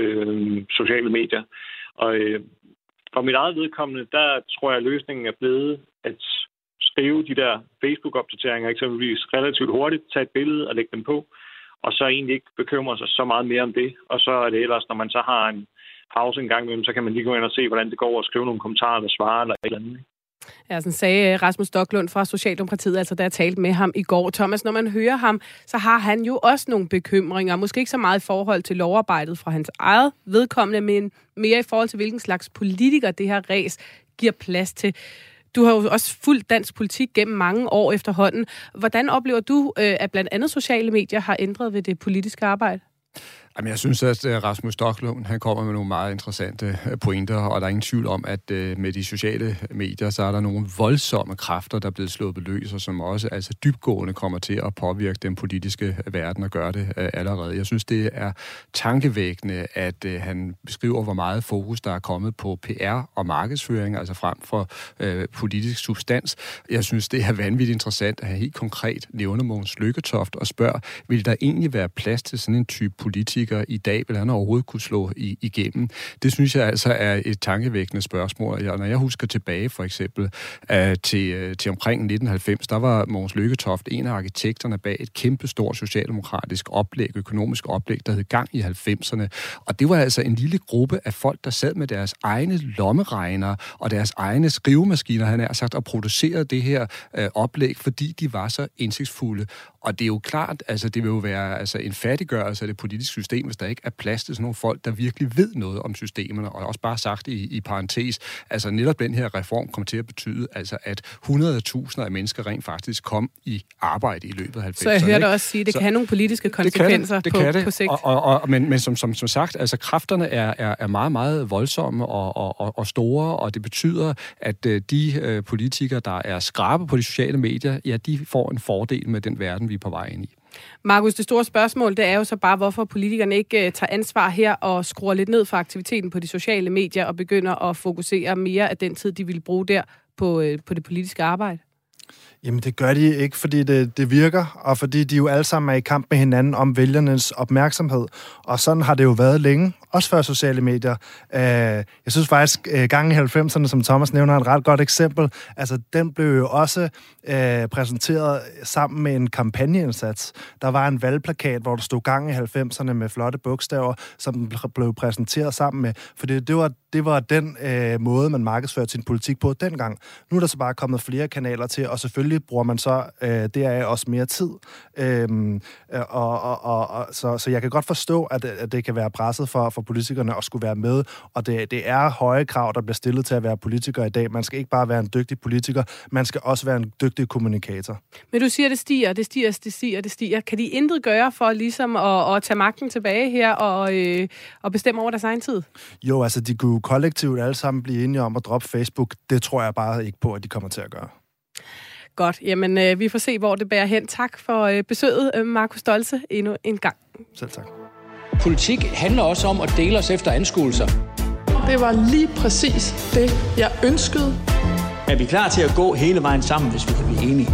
øh, sociale medier. Og øh, for mit eget vedkommende, der tror jeg, at løsningen er blevet at skrive de der Facebook-opdateringer eksempelvis relativt hurtigt, tage et billede og lægge dem på, og så egentlig ikke bekymre sig så meget mere om det. Og så er det ellers, når man så har en pause en gang imellem, så kan man lige gå ind og se, hvordan det går, og skrive nogle kommentarer eller svare eller et eller andet.
Ja, sådan sagde Rasmus Stoklund fra Socialdemokratiet, altså da jeg talte med ham i går. Thomas, når man hører ham, så har han jo også nogle bekymringer, måske ikke så meget i forhold til lovarbejdet fra hans eget vedkommende, men mere i forhold til, hvilken slags politiker det her ræs giver plads til. Du har jo også fulgt dansk politik gennem mange år efterhånden. Hvordan oplever du, at blandt andet sociale medier har ændret ved det politiske arbejde?
Jamen, jeg synes, at Rasmus Stoklund, han kommer med nogle meget interessante pointer, og der er ingen tvivl om, at med de sociale medier, så er der nogle voldsomme kræfter, der er blevet slået løs, og som også altså dybgående kommer til at påvirke den politiske verden og gøre det allerede. Jeg synes, det er tankevækkende, at han beskriver, hvor meget fokus der er kommet på P R og markedsføring, altså frem for øh, politisk substans. Jeg synes, det er vanvittigt interessant, at han helt konkret nævner Mogens Lykketoft og spørger, vil der egentlig være plads til sådan en type politiker i dag, vil han overhovedet kunne slå i, igennem? Det synes jeg altså er et tankevækkende spørgsmål. Og når jeg husker tilbage for eksempel uh, til, uh, til omkring nitten halvfems, der var Mogens Lykketoft en af arkitekterne bag et kæmpestort socialdemokratisk oplæg, økonomisk oplæg, der hed Gang i halvfemserne. Og det var altså en lille gruppe af folk, der sad med deres egne lommeregnere og deres egne skrivemaskiner, han har sagt, og producerede det her uh, oplæg, fordi de var så indsigtsfulde. Og det er jo klart, altså det vil jo være altså, en fattiggørelse af det politiske system, hvis der ikke er plads til sådan nogle folk, der virkelig ved noget om systemerne, og også bare sagt i, i parentes, altså netop den her reform kommer til at betyde, altså at hundrede tusinder af mennesker rent faktisk kom i arbejde i løbet af halvfemserne.
Så jeg hørte også sige, at det så, kan have nogle politiske konsekvenser det det, det på, det. på sigt.
Og, og, og, men men som, som, som sagt, altså kræfterne er, er, er meget, meget voldsomme og, og, og, og store, og det betyder, at de øh, politikere, der er skrabe på de sociale medier, ja, de får en fordel med den verden, vi er på vej ind i.
Markus, det store spørgsmål, det er jo så bare, hvorfor politikerne ikke uh, tager ansvar her og skruer lidt ned for aktiviteten på de sociale medier og begynder at fokusere mere af den tid, de ville bruge der på, uh, på det politiske arbejde.
Jamen, det gør de ikke, fordi det, det virker, og fordi de jo alle sammen er i kamp med hinanden om vælgernes opmærksomhed. Og sådan har det jo været længe, også før sociale medier. Jeg synes faktisk, gangen i halvfemserne, som Thomas nævner, er et ret godt eksempel. Altså, den blev jo også øh, præsenteret sammen med en kampagneindsats. Der var en valgplakat, hvor der stod gang i halvfemserne med flotte bogstaver, som blev præsenteret sammen med. For det, det, var, det var den øh, måde, man markedsførte sin politik på dengang. Nu er der så bare kommet flere kanaler til, og selvfølgelig bruger man så øh, deraf også mere tid. Øhm, og, og, og, og, så, så jeg kan godt forstå, at, at det kan være presset for, for politikerne at skulle være med, og det, det er høje krav, der bliver stillet til at være politiker i dag. Man skal ikke bare være en dygtig politiker, man skal også være en dygtig kommunikator.
Men du siger, det stiger, det stiger, det stiger, det stiger. Kan de intet gøre for ligesom at, at tage magten tilbage her og, øh, og bestemme over deres egen tid?
Jo, altså de kunne kollektivt alle sammen blive enige om at droppe Facebook. Det tror jeg bare ikke på, at de kommer til at gøre.
Godt. Jamen, øh, vi får se, hvor det bærer hen. Tak for øh, besøget, øh, Markus Stolze, endnu en gang.
Selv tak.
Politik handler også om at dele os efter anskuelser.
Det var lige præcis det, jeg ønskede.
Er vi klar til at gå hele vejen sammen, hvis vi kan blive enige?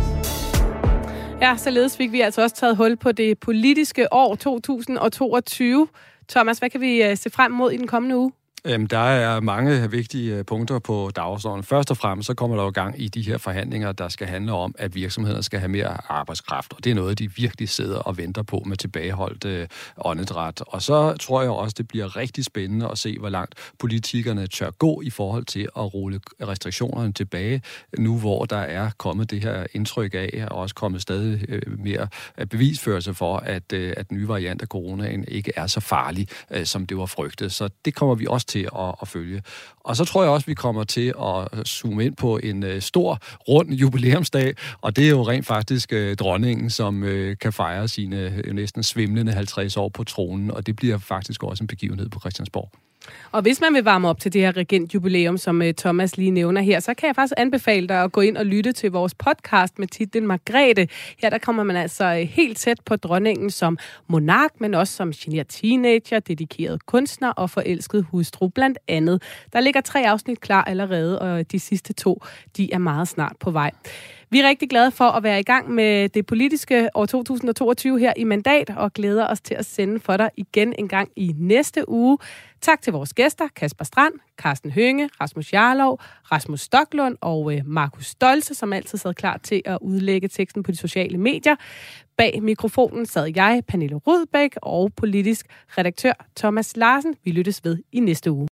Ja, således fik vi altså også taget hul på det politiske år to tusind og toogtyve. Thomas, hvad kan vi se frem mod i den kommende uge?
Øhm, der er mange vigtige punkter på dagsordenen. Først og fremmest så kommer der jo gang i de her forhandlinger, der skal handle om, at virksomhederne skal have mere arbejdskraft. Og det er noget, de virkelig sidder og venter på med tilbageholdt øh, åndedræt. Og så tror jeg også, det bliver rigtig spændende at se, hvor langt politikerne tør gå i forhold til at rulle restriktionerne tilbage, nu hvor der er kommet det her indtryk af, og også kommet stadig øh, mere bevisførelse for, at, øh, at den nye variant af coronaen ikke er så farlig, øh, som det var frygtet. Så det kommer vi også til at, at følge. Og så tror jeg også, vi kommer til at zoome ind på en øh, stor, rund jubilæumsdag, og det er jo rent faktisk øh, dronningen, som øh, kan fejre sine øh, næsten svimlende halvtreds år på tronen, og det bliver faktisk også en begivenhed på Christiansborg.
Og hvis man vil varme op til det her regentjubilæum, som Thomas lige nævner her, så kan jeg faktisk anbefale dig at gå ind og lytte til vores podcast med titlen Margrethe. Her der kommer man altså helt tæt på dronningen som monark, men også som genert teenager, dedikeret kunstner og forelsket hustru blandt andet. Der ligger tre afsnit klar allerede, og de sidste to, de er meget snart på vej. Vi er rigtig glade for at være i gang med det politiske år to tusind og toogtyve her i Mandat, og glæder os til at sende for dig igen en gang i næste uge. Tak til vores gæster, Kasper Strand, Carsten Hønge, Rasmus Jarlov, Rasmus Stoklund og Markus Stolze, som altid sad klar til at udlægge teksten på de sociale medier. Bag mikrofonen sad jeg, Pernille Rudbæk, og politisk redaktør Thomas Larsen. Vi lyttes ved i næste uge.